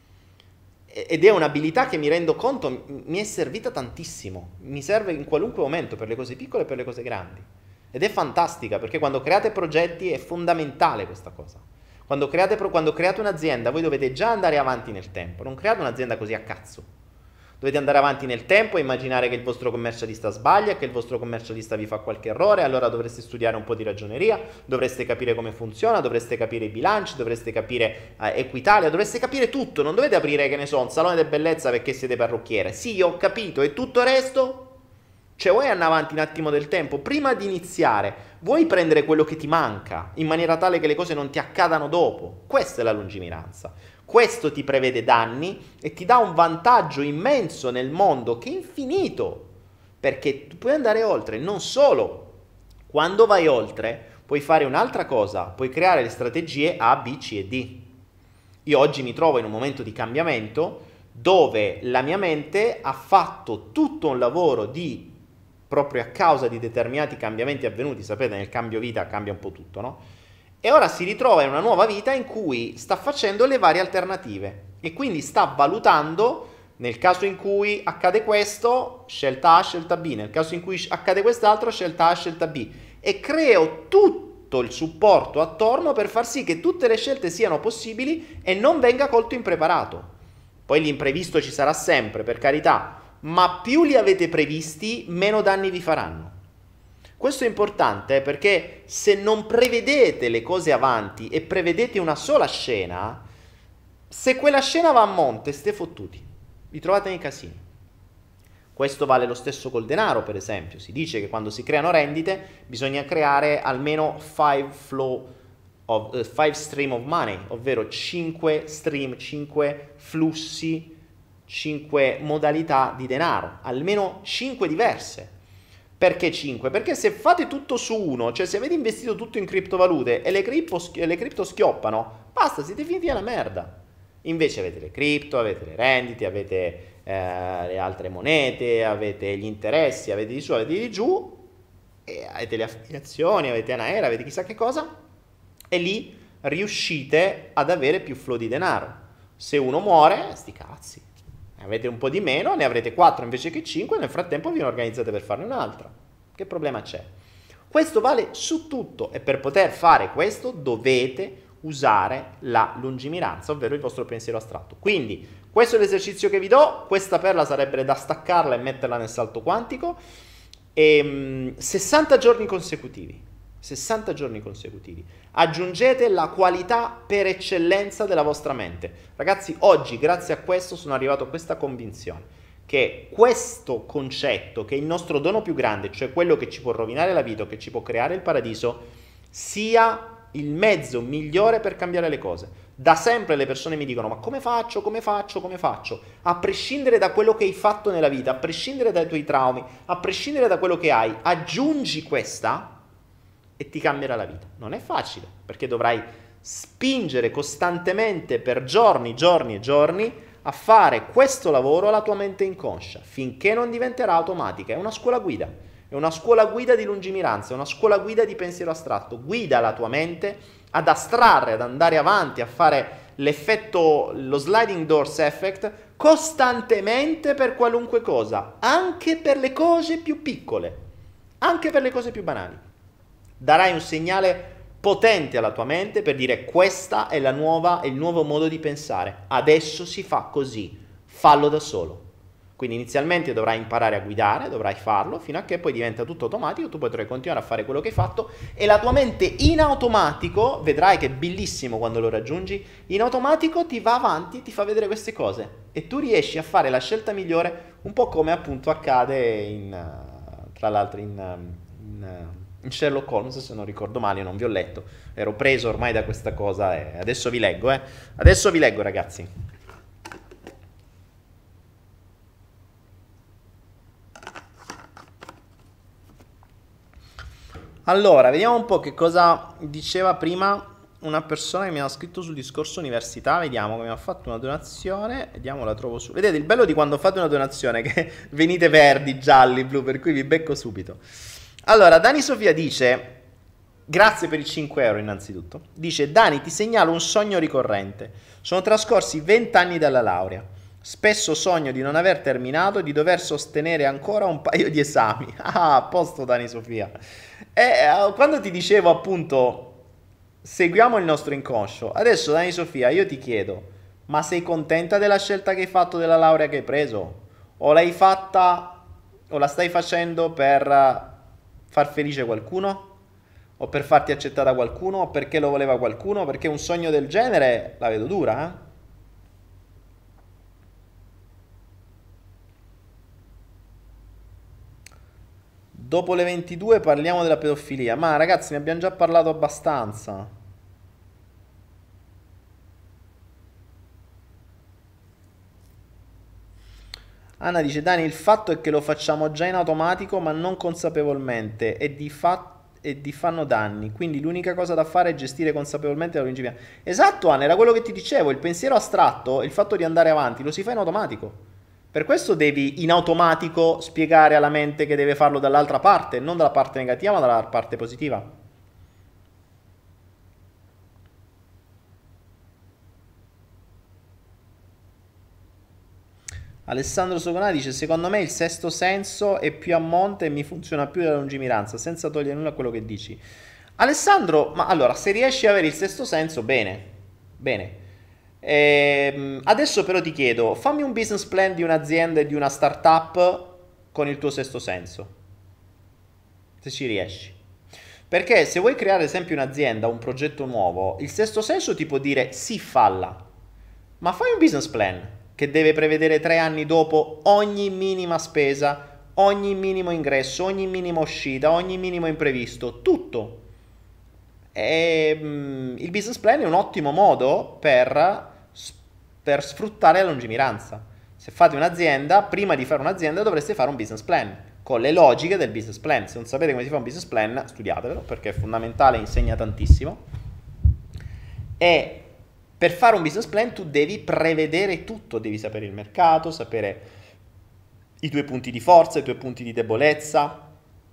S2: E- ed è un'abilità che mi rendo conto m- mi è servita tantissimo, mi serve in qualunque momento per le cose piccole e per le cose grandi. Ed è fantastica perché quando create progetti è fondamentale questa cosa. Quando create, pro- quando create un'azienda voi dovete già andare avanti nel tempo, non create un'azienda così a cazzo. Dovete andare avanti nel tempo e immaginare che il vostro commercialista sbaglia, che il vostro commercialista vi fa qualche errore, allora dovreste studiare un po' di ragioneria, dovreste capire come funziona, dovreste capire i bilanci, dovreste capire eh, Equitalia, dovreste capire tutto, non dovete aprire, che ne so, un salone di bellezza perché siete parrucchiere. Sì, ho capito, e tutto il resto? Cioè vuoi andare avanti un attimo del tempo? Prima di iniziare, vuoi prendere quello che ti manca, in maniera tale che le cose non ti accadano dopo? Questa è la lungimiranza. Questo ti prevede danni e ti dà un vantaggio immenso nel mondo che è infinito, perché tu puoi andare oltre. Non solo, quando vai oltre puoi fare un'altra cosa, puoi creare le strategie A, B, C e D. Io oggi mi trovo in un momento di cambiamento dove la mia mente ha fatto tutto un lavoro di, proprio a causa di determinati cambiamenti avvenuti, sapete nel cambio vita cambia un po' tutto, no? E ora si ritrova in una nuova vita in cui sta facendo le varie alternative e quindi sta valutando, nel caso in cui accade questo, scelta A, scelta B, nel caso in cui accade quest'altro, scelta A, scelta B, e creo tutto il supporto attorno per far sì che tutte le scelte siano possibili e non venga colto impreparato. Poi l'imprevisto ci sarà sempre, per carità, ma più li avete previsti, meno danni vi faranno. Questo è importante perché se non prevedete le cose avanti e prevedete una sola scena, se quella scena va a monte, ste fottuti, vi trovate nei casini. Questo vale lo stesso col denaro, per esempio. Si dice che quando si creano rendite bisogna creare almeno five flow of, uh, five stream of money, ovvero cinque stream, cinque flussi, cinque modalità di denaro, almeno cinque diverse. Perché cinque? Perché se fate tutto su uno, cioè se avete investito tutto in criptovalute e le cripto, le cripto schioppano, basta, siete finiti alla merda. Invece avete le cripto, avete le rendite, avete eh, le altre monete, avete gli interessi, avete di su, avete di giù, e avete le affiliazioni, avete Anaera, avete chissà che cosa, e lì riuscite ad avere più flow di denaro. Se uno muore, sti cazzi. Avete un po' di meno, ne avrete quattro invece che cinque, nel frattempo vi organizzate per farne un'altra. Che problema c'è? Questo vale su tutto e per poter fare questo dovete usare la lungimiranza, ovvero il vostro pensiero astratto. Quindi questo è l'esercizio che vi do, questa perla sarebbe da staccarla e metterla nel salto quantico, e, um, sessanta giorni consecutivi. sessanta giorni consecutivi. Aggiungete la qualità per eccellenza della vostra mente. Ragazzi, oggi grazie a questo sono arrivato a questa convinzione che questo concetto, che è il nostro dono più grande, cioè quello che ci può rovinare la vita, che ci può creare il paradiso, sia il mezzo migliore per cambiare le cose. Da sempre le persone mi dicono: ma come faccio, come faccio, come faccio? A prescindere da quello che hai fatto nella vita, a prescindere dai tuoi traumi, a prescindere da quello che hai, aggiungi questa e ti cambierà la vita. Non è facile, perché dovrai spingere costantemente per giorni, giorni e giorni a fare questo lavoro alla tua mente inconscia, finché non diventerà automatica. È una scuola guida, è una scuola guida di lungimiranza, è una scuola guida di pensiero astratto. Guida la tua mente ad astrarre, ad andare avanti, a fare l'effetto, lo sliding doors effect, costantemente per qualunque cosa, anche per le cose più piccole, anche per le cose più banali. Darai un segnale potente alla tua mente per dire: questa è la nuova, è il nuovo modo di pensare, adesso si fa così, fallo da solo. Quindi inizialmente dovrai imparare a guidare, dovrai farlo fino a che poi diventa tutto automatico, tu potrai continuare a fare quello che hai fatto e la tua mente in automatico, vedrai che è bellissimo quando lo raggiungi, in automatico ti va avanti e ti fa vedere queste cose e tu riesci a fare la scelta migliore, un po' come appunto accade in, tra l'altro in, in in Sherlock Holmes, se non ricordo male. Io non vi ho letto, ero preso ormai da questa cosa e adesso vi leggo, eh. Adesso vi leggo, ragazzi. Allora, vediamo un po' che cosa diceva prima una persona che mi ha scritto sul discorso università. Vediamo che mi ha fatto una donazione, vediamo, la trovo su. Vedete il bello di quando fate una donazione, che venite verdi, gialli, blu, per cui vi becco subito. Allora, Dani Sofia dice: grazie per i cinque euro innanzitutto. Dice: Dani, ti segnalo un sogno ricorrente. Sono trascorsi venti anni dalla laurea. Spesso sogno di non aver terminato e di dover sostenere ancora un paio di esami. Ah, a posto, Dani Sofia. E eh, quando ti dicevo appunto seguiamo il nostro inconscio, adesso Dani Sofia io ti chiedo: ma sei contenta della scelta che hai fatto, della laurea che hai preso? O l'hai fatta o la stai facendo per far felice qualcuno? O per farti accettare da qualcuno? O perché lo voleva qualcuno? Perché un sogno del genere la vedo dura, eh? Dopo le ventidue parliamo della pedofilia. Ma ragazzi, ne abbiamo già parlato abbastanza. Anna dice: Dani, il fatto è che lo facciamo già in automatico ma non consapevolmente e di fatto e ti fanno danni, quindi l'unica cosa da fare è gestire consapevolmente la lungimiranza. Esatto, Anna, era quello che ti dicevo, il pensiero astratto, il fatto di andare avanti lo si fa in automatico. Per questo devi in automatico spiegare alla mente che deve farlo dall'altra parte, non dalla parte negativa ma dalla parte positiva. Alessandro Sogonà dice: secondo me il sesto senso è più a monte e mi funziona più della lungimiranza, senza togliere nulla a quello che dici. Alessandro, ma allora, se riesci ad avere il sesto senso, bene, bene. Ehm, adesso però ti chiedo, fammi un business plan di un'azienda e di una startup con il tuo sesto senso, se ci riesci. Perché se vuoi creare ad esempio un'azienda, un progetto nuovo, il sesto senso ti può dire sì, falla, ma fai un business plan che deve prevedere tre anni dopo ogni minima spesa, ogni minimo ingresso, ogni minima uscita, ogni minimo imprevisto, tutto. E, mm, il business plan è un ottimo modo per, per sfruttare la lungimiranza. Se fate un'azienda, prima di fare un'azienda dovreste fare un business plan, con le logiche del business plan. Se non sapete come si fa un business plan, studiatevelo, perché è fondamentale, insegna tantissimo. E per fare un business plan tu devi prevedere tutto, devi sapere il mercato, sapere i tuoi punti di forza, i tuoi punti di debolezza,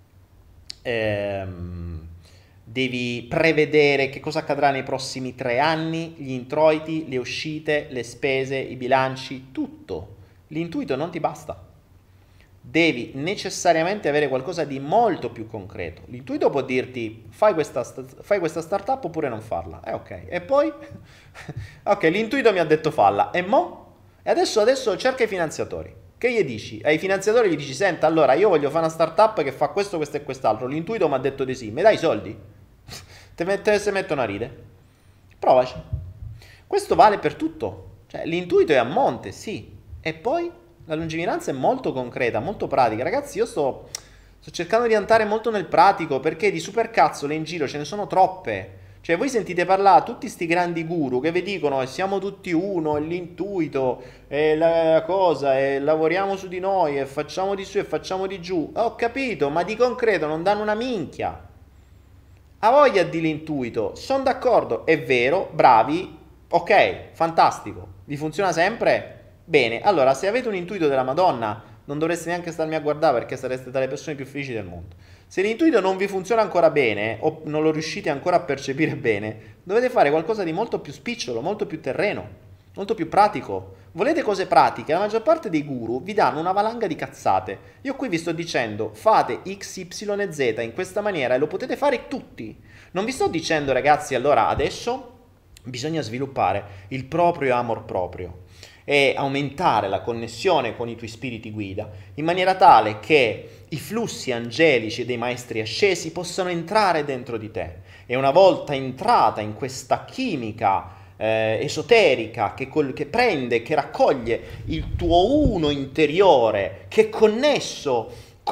S2: ehm, devi prevedere che cosa accadrà nei prossimi tre anni, gli introiti, le uscite, le spese, i bilanci, tutto. L'intuito non ti basta. Devi necessariamente avere qualcosa di molto più concreto. L'intuito può dirti fai questa, fai questa startup oppure non farla. Eh ok. E poi? Ok, l'intuito mi ha detto falla. E mo? E adesso, adesso cerca i finanziatori. Che gli dici? Ai finanziatori gli dici senta, allora io voglio fare una startup che fa questo, questo e quest'altro. L'intuito mi ha detto di sì. Mi dai i soldi? Te, te se mettono a ride. Provaci. Questo vale per tutto. Cioè l'intuito è a monte, sì. E poi? La lungimiranza è molto concreta, molto pratica. Ragazzi, io sto, sto cercando di andare molto nel pratico perché di supercazzole in giro ce ne sono troppe. Cioè, voi sentite parlare tutti sti grandi guru che vi dicono e siamo tutti uno, è l'intuito, è la cosa, e lavoriamo su di noi, e facciamo di su e facciamo di giù. Ho capito, ma di concreto non danno una minchia. Ha voglia di l'intuito, sono d'accordo, è vero, bravi, ok, fantastico, vi funziona sempre? Bene, allora se avete un intuito della Madonna non dovreste neanche starmi a guardare perché sareste tra le persone più felici del mondo. Se l'intuito non vi funziona ancora bene o non lo riuscite ancora a percepire bene, dovete fare qualcosa di molto più spicciolo, molto più terreno, molto più pratico. Volete cose pratiche? La maggior parte dei guru vi danno una valanga di cazzate. Io qui vi sto dicendo fate X, Y e Z in questa maniera e lo potete fare tutti. Non vi sto dicendo ragazzi allora adesso bisogna sviluppare il proprio amor proprio e aumentare la connessione con i tuoi spiriti guida in maniera tale che i flussi angelici dei maestri ascesi possano entrare dentro di te e una volta entrata in questa chimica eh, esoterica che, col, che prende, che raccoglie il tuo uno interiore che è connesso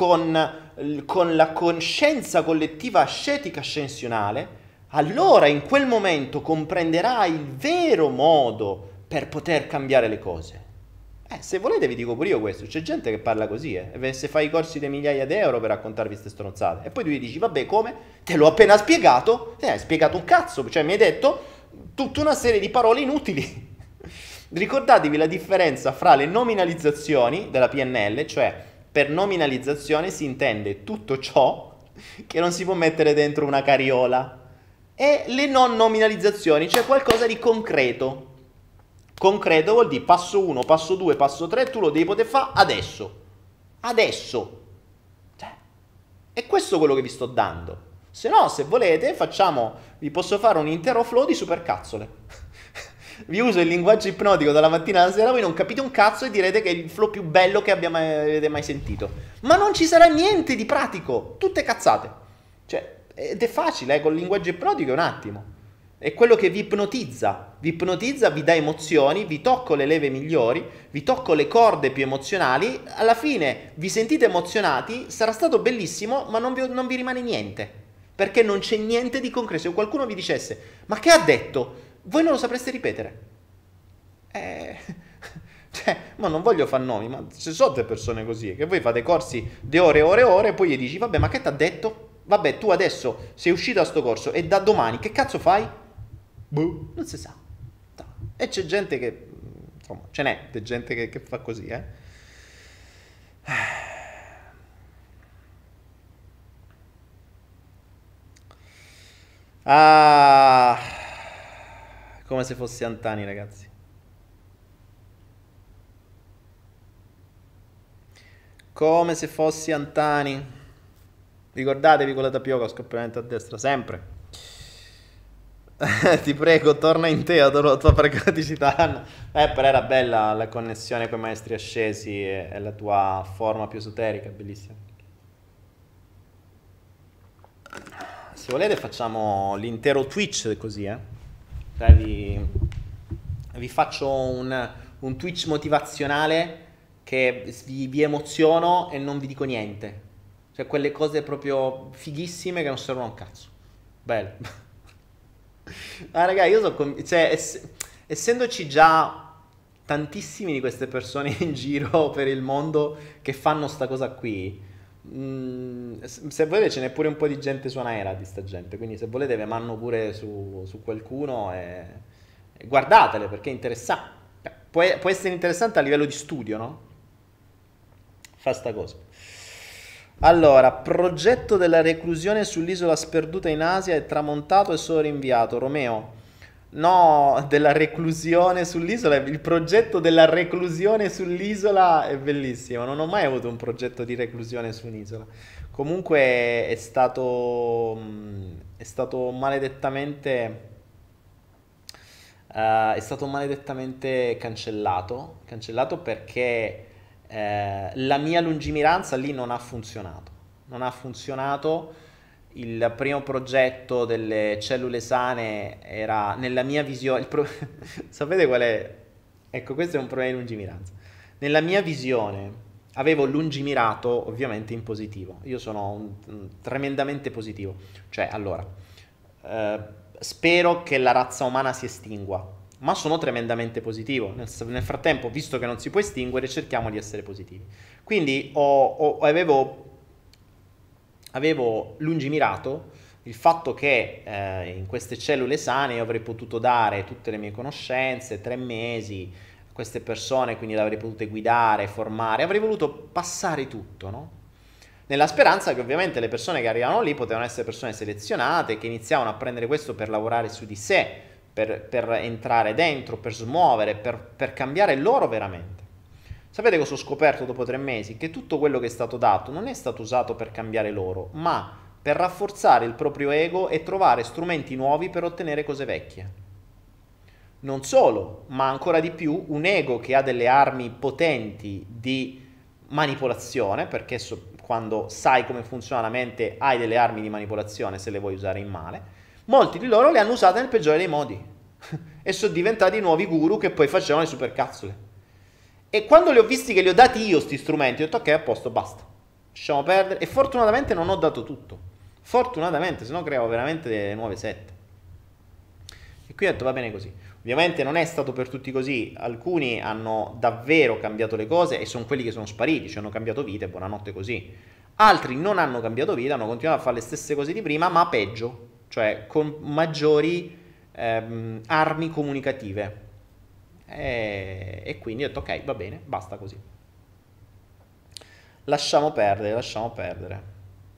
S2: con, con la coscienza collettiva ascetica ascensionale, allora in quel momento comprenderai il vero modo per poter cambiare le cose. Eh, se volete vi dico pure io questo, c'è gente che parla così, eh, se fai i corsi di migliaia di euro per raccontarvi queste stronzate, e poi tu gli dici, vabbè, come? Te l'ho appena spiegato, te hai spiegato un cazzo, cioè mi hai detto tutta una serie di parole inutili. Ricordatevi la differenza fra le nominalizzazioni della P N L, cioè per nominalizzazione si intende tutto ciò che non si può mettere dentro una carriola, e le non nominalizzazioni, cioè qualcosa di concreto. Concreto vuol dire passo uno, passo due, passo tre, tu lo devi poter fare adesso. Adesso. Cioè, è questo quello che vi sto dando. Se no, se volete, facciamo, vi posso fare un intero flow di supercazzole. Vi uso il linguaggio ipnotico dalla mattina alla sera, voi non capite un cazzo e direte che è il flow più bello che abbiamo, avete mai sentito. Ma non ci sarà niente di pratico, tutte cazzate. Cioè, ed è facile, eh, con il linguaggio ipnotico è un attimo. È quello che vi ipnotizza, vi ipnotizza, vi dà emozioni, vi tocco le leve migliori, vi tocco le corde più emozionali, alla fine vi sentite emozionati, sarà stato bellissimo, ma non vi, non vi rimane niente, perché non c'è niente di concreto. Se qualcuno vi dicesse, ma che ha detto? Voi non lo sapreste ripetere. Eh, cioè, ma non voglio fare nomi, ma ci sono delle persone così, che voi fate corsi di ore e ore e ore, e poi gli dici, vabbè, ma che ti ha detto? Vabbè, tu adesso sei uscito da sto corso e da domani che cazzo fai? Boh, non si sa. E c'è gente che, insomma, ce n'è, c'è gente che, che fa così, eh. Ah, come se fossi Antani, ragazzi. Come se fossi Antani. Ricordatevi con la tapioca, scoppiamento a destra, sempre. Ti prego, torna in te, adoro la tua pragmaticità. Eh, però era bella la connessione con i maestri ascesi e, e la tua forma più esoterica, bellissima. Se volete facciamo l'intero Twitch così, eh. Cioè, vi, vi faccio un, un Twitch motivazionale che vi, vi emoziono e non vi dico niente. Cioè quelle cose proprio fighissime che non servono a un cazzo. Bello. Ah, raga, io so con... cioè, ess- essendoci già tantissimi di queste persone in giro per il mondo che fanno sta cosa qui, mm, s- se volete ce n'è pure un po' di gente su Anaera di sta gente, quindi se volete ve manno pure su, su qualcuno e, e guardatele perché è interessante. Può, può essere interessante a livello di studio, no? Fa sta cosa. Allora, progetto della reclusione sull'isola sperduta in Asia è tramontato e solo rinviato. Romeo, no, della reclusione sull'isola, il progetto della reclusione sull'isola è bellissimo. Non ho mai avuto un progetto di reclusione su un'isola. Comunque è stato, mh, è stato maledettamente, eh, è stato maledettamente cancellato, cancellato perché eh, la mia lungimiranza lì non ha funzionato. Non ha funzionato. Il primo progetto delle cellule sane era nella mia visione. Il pro- Sapete qual è? Ecco, questo è un problema di lungimiranza. Nella mia visione avevo lungimirato ovviamente in positivo. Io sono un, un tremendamente positivo. Cioè, allora, eh, spero che la razza umana si estingua, ma sono tremendamente positivo. Nel, nel frattempo, visto che non si può estinguere, cerchiamo di essere positivi. Quindi ho, ho- avevo, avevo lungimirato il fatto che eh, in queste cellule sane io avrei potuto dare tutte le mie conoscenze, tre mesi a queste persone, quindi le avrei potute guidare, formare, avrei voluto passare tutto, no? Nella speranza che ovviamente le persone che arrivavano lì potevano essere persone selezionate, che iniziavano a prendere questo per lavorare su di sé, per, per entrare dentro, per smuovere, per, per cambiare loro veramente. Sapete cosa ho scoperto dopo tre mesi? Che tutto quello che è stato dato non è stato usato per cambiare loro, ma per rafforzare il proprio ego e trovare strumenti nuovi per ottenere cose vecchie. Non solo, ma ancora di più, un ego che ha delle armi potenti di manipolazione, perché so- quando sai come funziona la mente hai delle armi di manipolazione se le vuoi usare in male. Molti di loro le hanno usate nel peggiore dei modi e sono diventati nuovi guru che poi facevano le supercazzole. E quando li ho visti che li ho dati io sti strumenti, ho detto ok, a posto, basta. Lasciamo perdere. E fortunatamente non ho dato tutto. Fortunatamente, se no creavo veramente delle nuove sette. E qui ho detto va bene così. Ovviamente non è stato per tutti così, alcuni hanno davvero cambiato le cose e sono quelli che sono spariti, cioè hanno cambiato vita e buonanotte così. Altri non hanno cambiato vita, hanno continuato a fare le stesse cose di prima, ma peggio, cioè con maggiori ehm, armi comunicative. E, e quindi ho detto ok, va bene, basta così. Lasciamo perdere, lasciamo perdere.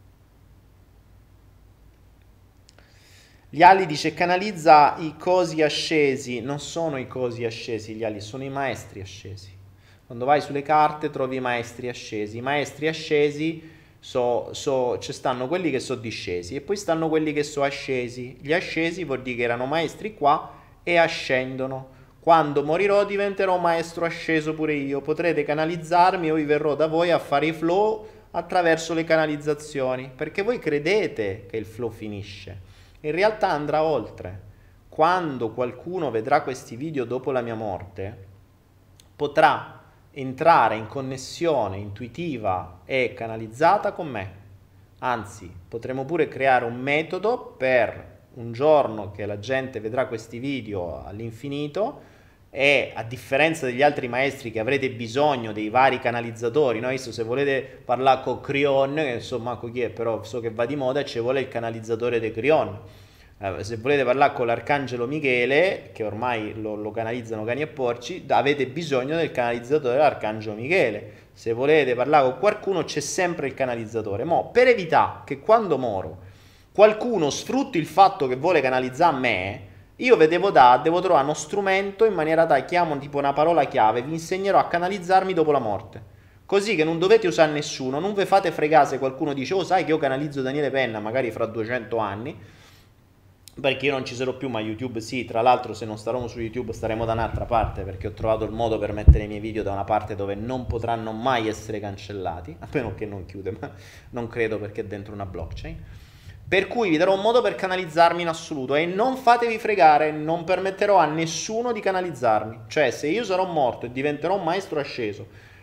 S2: Gli ali dice canalizza i cosi ascesi, non sono i cosi ascesi gli ali, sono i maestri ascesi. Quando vai sulle carte trovi i maestri ascesi, i maestri ascesi so, so, ci stanno quelli che sono discesi e poi stanno quelli che sono ascesi. Gli ascesi vuol dire che erano maestri qua e ascendono. Quando morirò diventerò maestro asceso pure io, potrete canalizzarmi o vi verrò da voi a fare i flow attraverso le canalizzazioni, perché voi credete che il flow finisce. In realtà andrà oltre. Quando qualcuno vedrà questi video dopo la mia morte, potrà entrare in connessione intuitiva e canalizzata con me. Anzi, potremo pure creare un metodo per un giorno che la gente vedrà questi video all'infinito e a differenza degli altri maestri che avrete bisogno dei vari canalizzatori, no? Visto, se volete parlare con Crion, che insomma con chi è, però so che va di moda, ci vuole il canalizzatore di Crion. Eh, se volete parlare con l'arcangelo Michele, che ormai lo, lo canalizzano cani e porci, avete bisogno del canalizzatore dell'arcangelo Michele. Se volete parlare con qualcuno c'è sempre il canalizzatore. Mo, per evitare che quando moro qualcuno sfrutti il fatto che vuole canalizzare a me, io vi devo dare, devo trovare uno strumento in maniera da chiamo tipo una parola chiave, vi insegnerò a canalizzarmi dopo la morte. Così che non dovete usare nessuno, non vi fate fregare se qualcuno dice oh sai che io canalizzo Daniele Penna magari fra duecento anni, perché io non ci sarò più, ma YouTube sì. Tra l'altro se non staremo su YouTube staremo da un'altra parte, perché ho trovato il modo per mettere i miei video da una parte dove non potranno mai essere cancellati, a meno che non chiude, ma non credo perché è dentro una blockchain. Per cui vi darò un modo per canalizzarmi in assoluto e non fatevi fregare, non permetterò a nessuno di canalizzarmi. Cioè se io sarò morto e diventerò un maestro asceso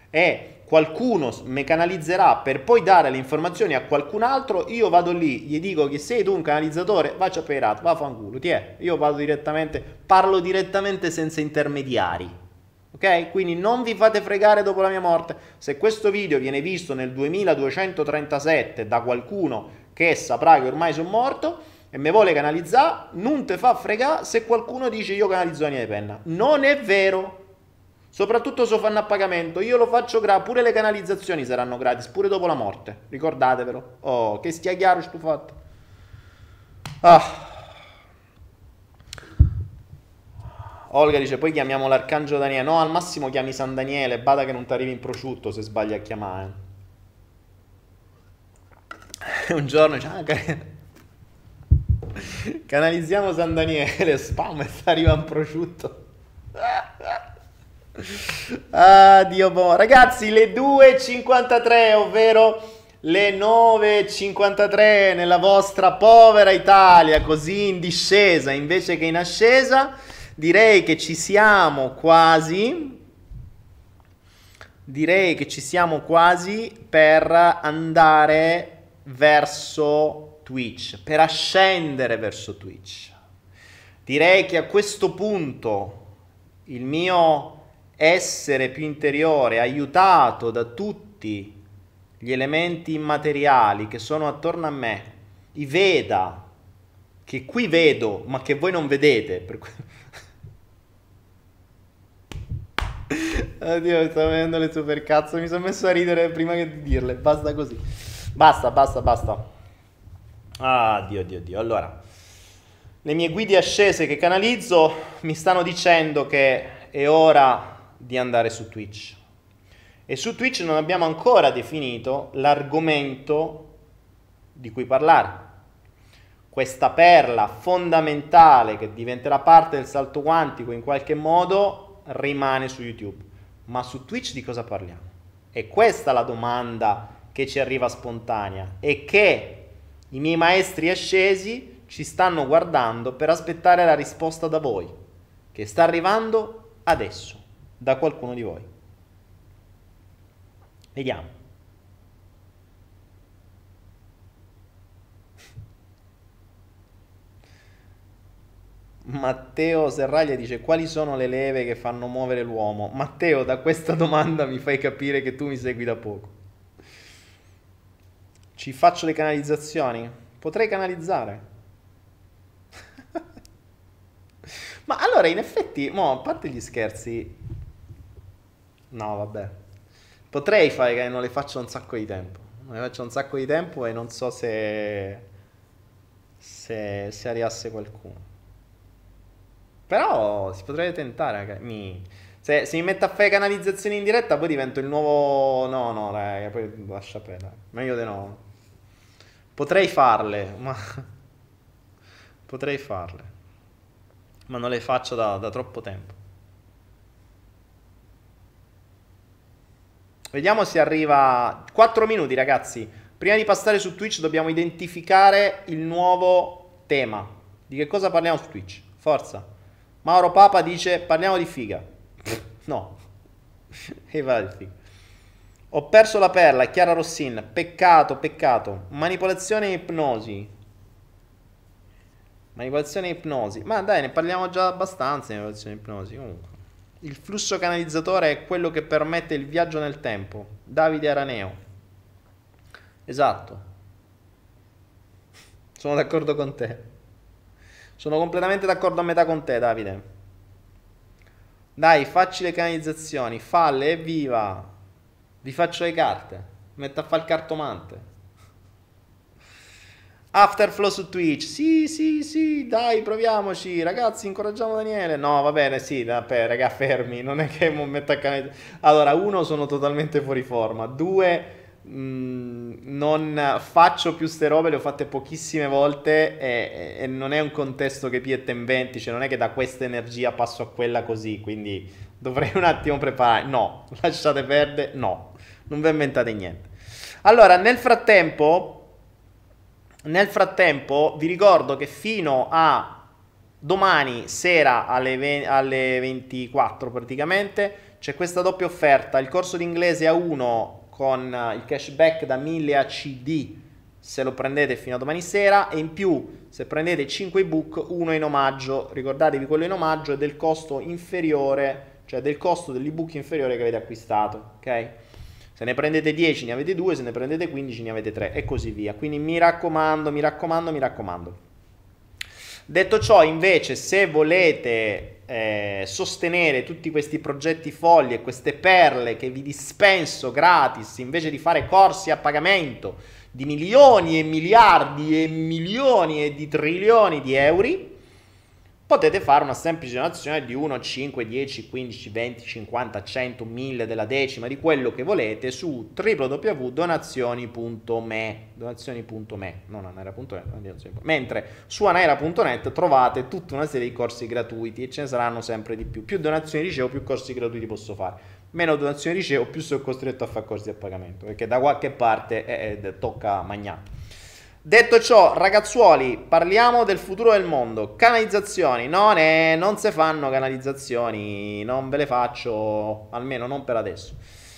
S2: e qualcuno mi canalizzerà per poi dare le informazioni a qualcun altro, io vado lì, gli dico che sei tu un canalizzatore, vai a perato, va a fanculo, ti è. Io vado direttamente, parlo direttamente senza intermediari. Ok? Quindi non vi fate fregare dopo la mia morte. Se questo video viene visto nel duemiladuecentotrentasette da qualcuno che saprà che ormai sono morto e me vuole canalizzare, non te fa fregare se qualcuno dice io canalizzo Daniele Penna. Non è vero. Soprattutto se lo fanno a pagamento. Io lo faccio gratis. Pure le canalizzazioni saranno gratis, pure dopo la morte. Ricordatevelo. Oh, che stia chiaro sto fatto. Ah. Olga dice, poi chiamiamo l'Arcangelo Daniele. No, al massimo chiami San Daniele. Bada che non ti arrivi in prosciutto se sbagli a chiamare. Un giorno dice, ah, can... canalizziamo San Daniele. Spam e ti arriva in prosciutto. Ah, Dio boh. Ragazzi, le due e cinquantatré, ovvero le nove e cinquantatré nella vostra povera Italia, così in discesa invece che in ascesa. Direi che ci siamo quasi. Direi che ci siamo quasi per andare verso Twitch, per ascendere verso Twitch. Direi che a questo punto il mio essere più interiore, aiutato da tutti gli elementi immateriali che sono attorno a me, i Veda, che qui vedo ma che voi non vedete, per cui... Oddio, mi sto vedendo le supercazzo, mi sono messo a ridere prima che di dirle, basta così, basta, basta, basta. Ah, Dio, Dio, Dio, allora, le mie guide ascese che canalizzo mi stanno dicendo che è ora di andare su Twitch, e su Twitch non abbiamo ancora definito l'argomento di cui parlare, questa perla fondamentale che diventerà parte del salto quantico in qualche modo rimane su YouTube, ma su Twitch di cosa parliamo? E questa è la domanda che ci arriva spontanea e che i miei maestri ascesi ci stanno guardando per aspettare la risposta da voi, che sta arrivando adesso da qualcuno di voi. Vediamo. Matteo Serraglia dice, quali sono le leve che fanno muovere l'uomo? Matteo, da questa domanda mi fai capire che tu mi segui da poco. Ci faccio le canalizzazioni? Potrei canalizzare. Ma allora, in effetti, mo, a parte gli scherzi, no, vabbè, potrei fare che non le faccio un sacco di tempo. Non le faccio un sacco di tempo e non so se se, se arrivasse qualcuno. Però si potrebbe tentare, mi... se, se mi metto a fare canalizzazioni in diretta poi divento il nuovo... No, no, dai, poi lascia perdere. Meglio di no. Potrei farle, ma... Potrei farle. Ma non le faccio da, da troppo tempo. Vediamo se arriva... quattro minuti, ragazzi. Prima di passare su Twitch dobbiamo identificare il nuovo tema. Di che cosa parliamo su Twitch? Forza. Mauro Papa dice parliamo di figa. No. E va di figa. Ho perso la perla, Chiara Rossin. Peccato, peccato. Manipolazione e ipnosi. Manipolazione e ipnosi. Ma dai, ne parliamo già abbastanza di manipolazione e ipnosi. Comunque. Il flusso canalizzatore è quello che permette il viaggio nel tempo. Davide Araneo. Esatto. Sono d'accordo con te. Sono completamente d'accordo a metà con te, Davide. Dai, facci le canalizzazioni, falle, evviva. Vi faccio le carte. Metto a fare il cartomante. Afterflow su Twitch. Sì, sì, sì, dai, proviamoci. Ragazzi, incoraggiamo Daniele. No, va bene, sì, vabbè, raga, fermi. Non è che mi metto a canalizzare. Allora, uno, sono totalmente fuori forma. Due... Mm, non faccio più ste robe, le ho fatte pochissime volte e, e non è un contesto che pietta in venti, cioè non è che da questa energia passo a quella così, quindi dovrei un attimo preparare. No, lasciate perdere, no, non vi inventate niente. Allora, nel frattempo nel frattempo vi ricordo che fino a domani sera alle, alle ventiquattro praticamente c'è questa doppia offerta, il corso di inglese A uno con il cashback da mille A C D se lo prendete fino a domani sera, e in più se prendete cinque ebook, uno in omaggio. Ricordatevi, quello in omaggio è del costo inferiore, cioè del costo dell'ebook inferiore che avete acquistato, ok? Se ne prendete dieci ne avete due, se ne prendete quindici ne avete tre, e così via. Quindi mi raccomando, mi raccomando, mi raccomando. Detto ciò, invece, se volete eh, sostenere tutti questi progetti folli e queste perle che vi dispenso gratis, invece di fare corsi a pagamento di milioni e miliardi e milioni e di trilioni di euro, potete fare una semplice donazione di uno, cinque, dieci, quindici, venti, cinquanta, cento, mille della decima, di quello che volete, su w w w punto donazioni punto me, donazioni punto me, non anaera punto net, mentre su anaera punto net trovate tutta una serie di corsi gratuiti, e ce ne saranno sempre di più. Più donazioni ricevo, più corsi gratuiti posso fare. Meno donazioni ricevo, più sono costretto a fare corsi a pagamento, perché da qualche parte eh, eh, tocca magnare. Detto ciò, ragazzuoli, parliamo del futuro del mondo. Canalizzazioni, non, è, non si fanno canalizzazioni, non ve le faccio, almeno non per adesso.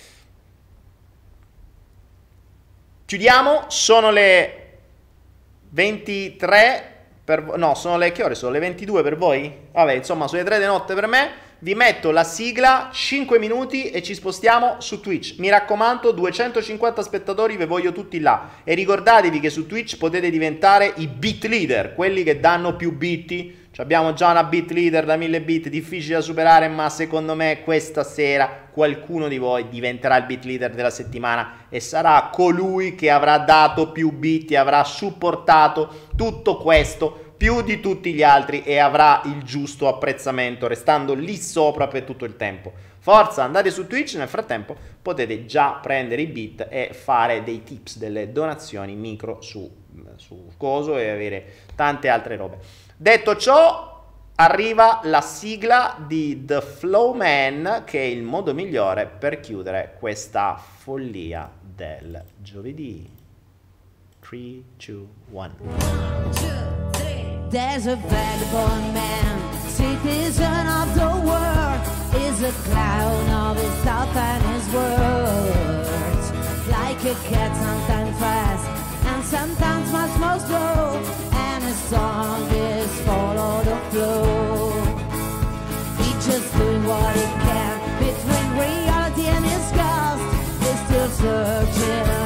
S2: Chiudiamo, sono le ventitré per, no, sono le, che ore sono? Le ventidue per voi? Vabbè, insomma, sono le tre di notte per me. Vi metto la sigla, cinque minuti e ci spostiamo su Twitch. Mi raccomando, duecentocinquanta spettatori, ve voglio tutti là. E ricordatevi che su Twitch potete diventare i bit leader, quelli che danno più bit. Abbiamo già una bit leader da mille bit, difficile da superare, ma secondo me questa sera qualcuno di voi diventerà il bit leader della settimana e sarà colui che avrà dato più bit e avrà supportato tutto questo più di tutti gli altri e avrà il giusto apprezzamento, restando lì sopra per tutto il tempo. Forza, andate su Twitch, nel frattempo potete già prendere i bit e fare dei tips, delle donazioni micro su, su Coso e avere tante altre robe. Detto ciò, arriva la sigla di The Flow Man, che è il modo migliore per chiudere questa follia del giovedì. tre, due, uno.
S1: There's a vagabond man, citizen of the world, is a clown of his thought and his words. Like a cat, sometimes fast and sometimes much more slow, and his song is follow the flow. He's just doing what he can between reality and his ghost. He's still searching